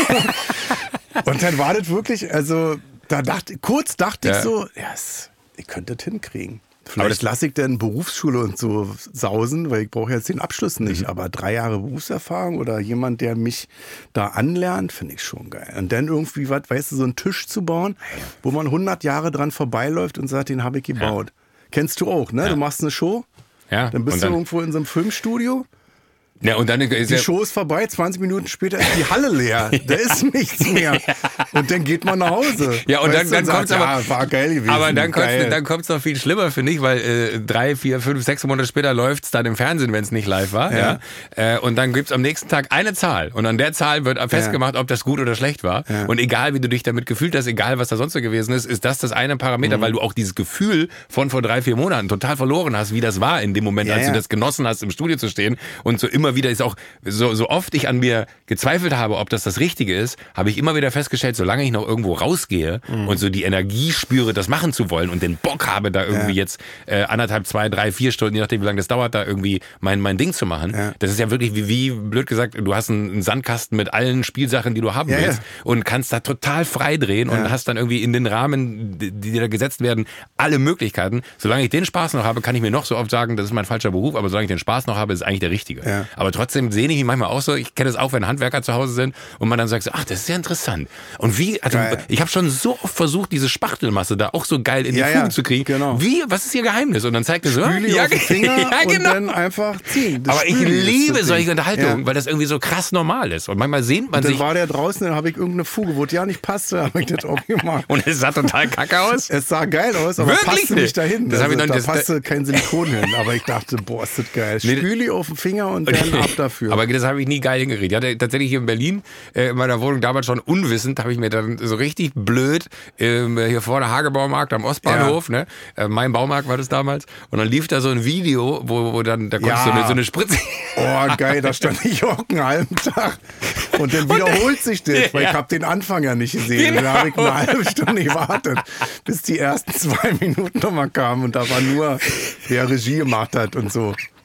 Und dann war das wirklich, also da dachte, kurz dachte Ja. ich so, yes, ich könnte das hinkriegen. Aber das- Vielleicht lasse ich dann Berufsschule und so sausen, weil ich brauche jetzt den Abschluss nicht. Mhm. Aber drei Jahre Berufserfahrung oder jemand, der mich da anlernt, finde ich schon geil. Und dann irgendwie, was, weißt du, so einen Tisch zu bauen, wo man hundert Jahre dran vorbeiläuft und sagt, den habe ich gebaut. Kennst du auch, ne? Du machst eine Show, Ja, dann bist und du dann, irgendwo in so einem Filmstudio. ja, und dann ist Die ja, Show ist vorbei, zwanzig Minuten später ist die Halle leer. Da ist nichts mehr. Und dann geht man nach Hause. Ja, und Weißt dann- du, dann kommt's sagt, aber- ja, war geil gewesen. aber dann kommt's, geil. dann kommt's noch viel schlimmer, finde ich, weil äh, drei, vier, fünf, sechs Monate später läuft's dann im Fernsehen, wenn es nicht live war. Ja. Ja. Äh, und dann gibt's am nächsten Tag eine Zahl. Und an der Zahl wird festgemacht, ob das gut oder schlecht war. Ja. Und egal, wie du dich damit gefühlt hast, egal, was da sonst so gewesen ist, ist das das eine Parameter, Mhm. weil du auch dieses Gefühl von vor drei, vier Monaten total verloren hast, wie das war in dem Moment, Ja, als du ja. das genossen hast, im Studio zu stehen. Und so immer wieder ist auch, so, so oft ich an mir gezweifelt habe, ob das das Richtige ist, habe ich immer wieder festgestellt, solange ich noch irgendwo rausgehe Mhm. und so die Energie spüre, das machen zu wollen und den Bock habe, da irgendwie Ja. jetzt äh, anderthalb, zwei, drei, vier Stunden, je nachdem, wie lange das dauert, da irgendwie mein, mein Ding zu machen. Ja. Das ist ja wirklich, wie, wie blöd gesagt, du hast einen, einen Sandkasten mit allen Spielsachen, die du haben Ja, willst ja. und kannst da total frei drehen Ja. und hast dann irgendwie in den Rahmen, die, die da gesetzt werden, alle Möglichkeiten. Solange ich den Spaß noch habe, kann ich mir noch so oft sagen, das ist mein falscher Beruf, aber solange ich den Spaß noch habe, ist es eigentlich der richtige. Ja. Aber trotzdem sehne ich mich manchmal auch so, ich kenne das auch, wenn Handwerker zu Hause sind und man dann sagt so, ach, das ist ja interessant. Und wie, also Geil. ich habe schon so oft versucht, diese Spachtelmasse da auch so geil in die Ja, Fugen ja, zu kriegen. genau. Wie, was ist ihr Geheimnis? Und dann zeigt er so, Spüli ja, auf den Finger ja, und genau. dann einfach ziehen. Das Aber ich Spüli ist liebe das solche Ding. Unterhaltungen, Ja. weil das irgendwie so krass normal ist. Und manchmal sehnt man Dann sich war der draußen, dann habe ich irgendeine Fuge, wo die ja nicht passte, habe ich das auch gemacht. und es sah total kacke aus. Es sah geil aus, aber Wirklich passte nicht? nicht dahin. Das hab also, ich noch- da das- passte kein Silikon hin. Aber ich dachte, boah, ist das geil. Nee, Spüli auf den Finger und dann ab dafür. Aber das habe ich nie geil hingekriegt. Ich hatte tatsächlich hier in Berlin äh, in meiner Wohnung damals schon unwissend, habe ich mir dann so richtig blöd ähm, hier vor der Hagebaumarkt am Ostbahnhof, ne? Äh, mein Baumarkt war das damals. Und dann lief da so ein Video, wo, wo dann, da konntest Ja. du so eine, so eine Spritze. Oh, geil, da stand ich auch einen halben Tag. Und dann wiederholt sich das, weil Ja. ich habe den Anfang ja nicht gesehen. Genau. Da habe ich eine halbe Stunde gewartet, bis die ersten zwei Minuten nochmal kamen. Und da war nur, wer Regie gemacht hat und so.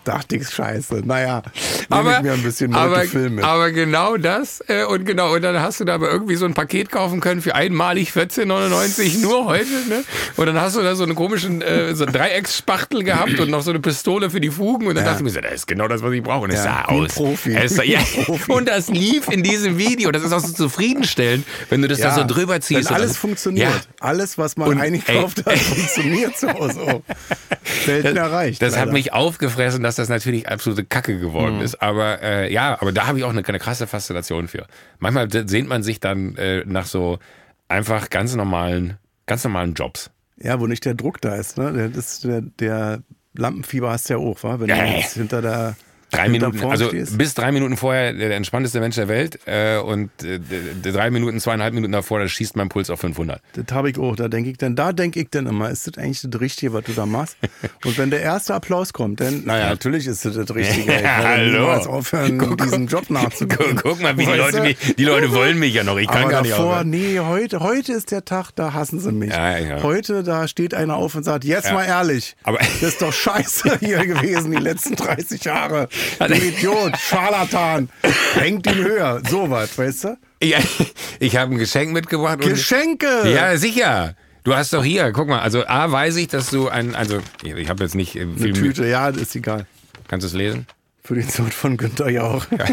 dachte ich, scheiße. Naja, aber, ich mir ein bisschen aber, Filme. aber genau das äh, und genau und dann hast du da aber irgendwie so ein Paket kaufen können für einmalig vierzehn neunundneunzig nur heute, ne? Und dann hast du da so einen komischen äh, so Dreiecksspachtel gehabt und noch so eine Pistole für die Fugen und dann ja. dachte ich mir so, das ist genau das, was ich brauche. Und es ja, sah aus. Profi. Es sah, ja, Profi. Und das lief in diesem Video. Das ist auch so zufriedenstellend, wenn du das ja, da so drüber ziehst. Wenn alles dann, funktioniert. Ja. Alles, was man und, eingekauft ey, hat, funktioniert zu Hause auch. Selten das, erreicht. Das leider. hat mich aufgefressen, dass das natürlich absolute Kacke geworden mhm. ist. Aber äh, ja, aber da habe ich auch eine, eine krasse Faszination für. Manchmal sehnt man sich dann äh, nach so einfach ganz normalen, ganz normalen Jobs. Ja, wo nicht der Druck da ist. Ne? Das, der, der Lampenfieber hast du ja auch, wa? Wenn ja, du jetzt hinter der Drei Minuten, also stehst. Bis drei Minuten vorher der entspannteste Mensch der Welt äh, und äh, drei Minuten, zweieinhalb Minuten davor, da schießt mein Puls auf fünfhundert. Das habe ich auch, da denke ich dann, da denke ich dann immer, ist das eigentlich das Richtige, was du da machst? Und wenn der erste Applaus kommt, dann, naja, natürlich ist das das Richtige. Ich ja, werde niemals hallo. aufhören, guck, diesen Job nachzukommen. Guck, guck mal, wie die Leute, mich, die Leute wollen mich ja noch, ich kann aber gar nicht davor, aufhören. nee, heute, heute ist der Tag, da hassen sie mich. Ja, ja. Heute, da steht einer auf und sagt, jetzt ja. mal ehrlich, aber das ist doch scheiße hier gewesen, die letzten dreißig Jahre. Du Idiot. Scharlatan, hängt ihn höher, sowas, weißt du? Ja, ich habe ein Geschenk mitgebracht. Geschenke! Und, ja, sicher. Du hast doch hier, guck mal, also A, weiß ich, dass du ein, also ich habe jetzt nicht viel eine Tüte, mit. Ja, ist egal. Kannst du es lesen? Für den Sohn von Günther Jauch. Ja.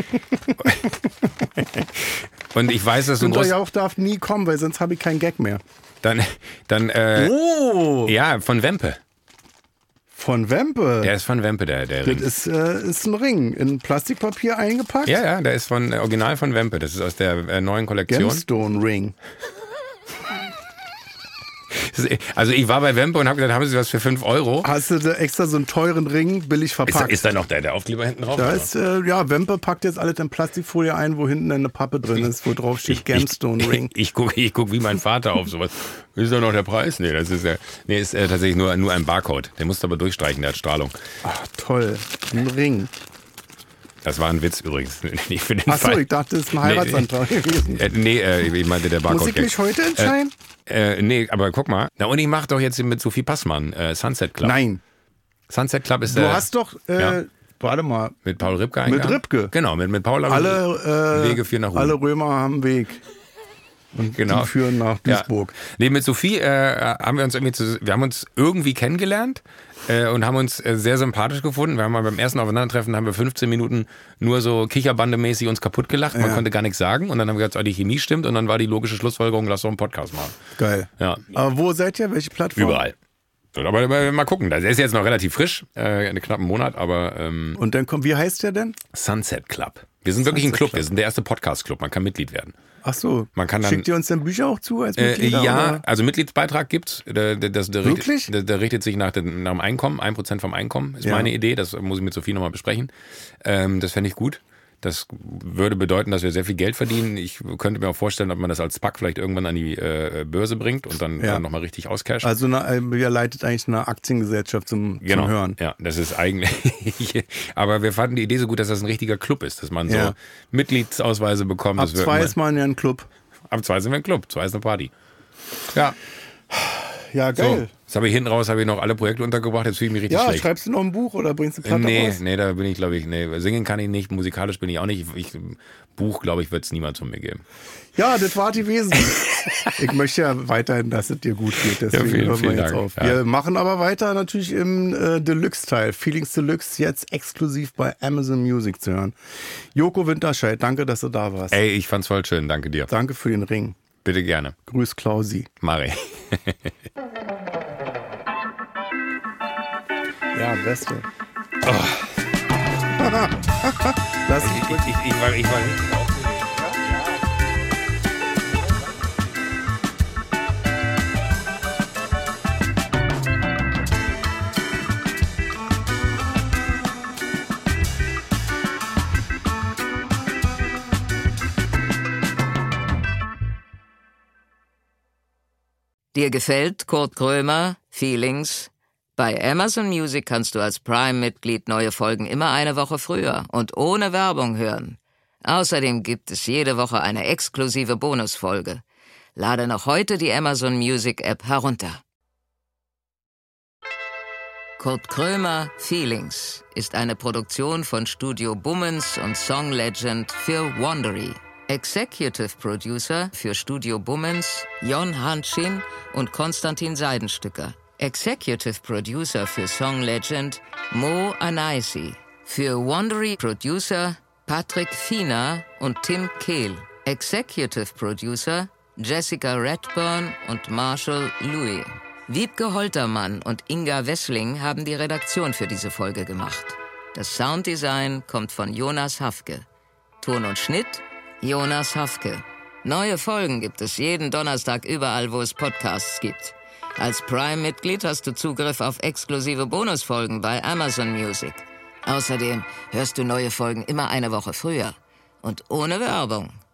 Und ich weiß, dass du Günther Jauch darf nie kommen, weil sonst habe ich keinen Gag mehr. Dann, dann, äh, oh! Ja, von Wempe. Von Wempe? Der ist von Wempe, der, der Ring. Das ist, äh, ist ein Ring, in Plastikpapier eingepackt? Ja, ja, der ist von, äh, original von Wempe. Das ist aus der äh, neuen Kollektion. Gemstone Ring. Also ich war bei Wempe und habe gesagt, haben Sie was für fünf Euro? Hast du da extra so einen teuren Ring billig verpackt? Ist da, ist da noch der, der Aufkleber hinten drauf? Da ist, äh, ja, Wempe packt jetzt alles in Plastikfolie ein, wo hinten eine Pappe drin ist, wo drauf steht Gemstone Ring. Ich, ich, ich gucke ich guck wie mein Vater auf sowas. Ist da noch der Preis? Nee, das ist ja, nee, ist äh, tatsächlich nur, nur ein Barcode. Der musst du aber durchstreichen, der hat Strahlung. Ach toll, ein Ring. Das war ein Witz übrigens. Nicht für den Achso, ich dachte, das ist ein Heiratsantrag nee, gewesen. Äh, nee, äh, ich meinte der Barcode. Muss ich mich heute entscheiden? Äh, äh, nee, aber guck mal. Na, und ich mach doch jetzt mit Sophie Passmann äh, Sunset Club. Nein. Sunset Club ist Du der. Du hast doch, äh, ja. warte mal. Mit Paul Ripke eingegangen? Mit Ripke. Genau, mit, mit Paul alle, äh, Wege führen nach Ruhm. Alle Römer haben einen Weg. Und genau. Die führen nach Duisburg. Ja. Nee, mit Sophie äh, haben wir uns irgendwie zu, wir haben uns irgendwie kennengelernt äh, und haben uns äh, sehr sympathisch gefunden. Wir haben mal beim ersten Aufeinandertreffen haben wir fünfzehn Minuten nur so Kicherbande-mäßig uns kaputt gelacht. Man ja. konnte gar nichts sagen und dann haben wir gesagt, oh, die Chemie stimmt und dann war die logische Schlussfolgerung, lass doch einen Podcast machen. Geil. Ja. Aber wo seid ihr? Welche Plattform? Überall. Aber, aber mal gucken. Der ist jetzt noch relativ frisch, äh, einen knappen Monat, aber ähm, und dann kommt, wie heißt der denn? Sunset Club. Wir sind Sunset wirklich ein Club. Club. Wir sind der erste Podcast-Club. Man kann Mitglied werden. Ach so. Man kann dann, schickt ihr uns denn Bücher auch zu als Mitglieder? Äh, ja, oder? also Mitgliedsbeitrag gibt's. Der, der, das, der, Wirklich? Der, der richtet sich nach, dem, nach dem Einkommen. Ein Prozent vom Einkommen ist ja. meine Idee. Das muss ich mit Sophie nochmal besprechen. Ähm, das fände ich gut. Das würde bedeuten, dass wir sehr viel Geld verdienen. Ich könnte mir auch vorstellen, ob man das als Pack vielleicht irgendwann an die äh, Börse bringt und dann, ja. dann nochmal richtig auscasht. Also eine, ihr leitet eigentlich eine Aktiengesellschaft zum, genau. zum Hören. Ja, das ist eigentlich. Aber wir fanden die Idee so gut, dass das ein richtiger Club ist, dass man ja. so Mitgliedsausweise bekommt. Ab zwei ist man ja ein Club. Ab zwei sind wir ein Club, zwei ist eine Party. Ja. Ja, geil. So, jetzt habe ich hinten raus habe ich noch alle Projekte untergebracht, jetzt fühle ich mich richtig ja, schlecht. Ja, schreibst du noch ein Buch oder bringst du Platte nee, raus? Nee, da bin ich, glaube ich, nee, singen kann ich nicht, musikalisch bin ich auch nicht. Ich, Buch, glaube ich, wird es niemand von mir geben. Ja, das war die Wesen. Ich möchte ja weiterhin, dass es dir gut geht, deswegen ja, vielen, hören wir vielen jetzt Dank. auf. Ja. Wir machen aber weiter natürlich im äh, Deluxe-Teil. Feelings Deluxe, jetzt exklusiv bei Amazon Music zu hören. Joko Winterscheid, danke, dass du da warst. Ey, ich fand's voll schön, danke dir. Danke für den Ring. Bitte gerne. Grüß Klausi. Mari. Ja, Beste. Oh. Das ich, ich, ich, ich war, ich war nicht aufgeregt. Dir gefällt Kurt Krömer, Feelings? Bei Amazon Music kannst du als Prime-Mitglied neue Folgen immer eine Woche früher und ohne Werbung hören. Außerdem gibt es jede Woche eine exklusive Bonusfolge. Lade noch heute die Amazon Music App herunter. Kurt Krömer Feelings ist eine Produktion von Studio Bummens und Song Legend für Wondery. Executive Producer für Studio Bummens Jon Hanschin und Konstantin Seidenstücker. Executive Producer für Song Legend Mo Anaisi. Für Wondery Producer Patrick Fiener und Tim Kehl. Executive Producer Jessica Redburn und Marshall Louis. Wiebke Holtermann und Inga Wessling haben die Redaktion für diese Folge gemacht. Das Sounddesign kommt von Jonas Hafke. Ton und Schnitt Jonas Hafke. Neue Folgen gibt es jeden Donnerstag überall, wo es Podcasts gibt. Als Prime-Mitglied hast du Zugriff auf exklusive Bonusfolgen bei Amazon Music. Außerdem hörst du neue Folgen immer eine Woche früher und ohne Werbung.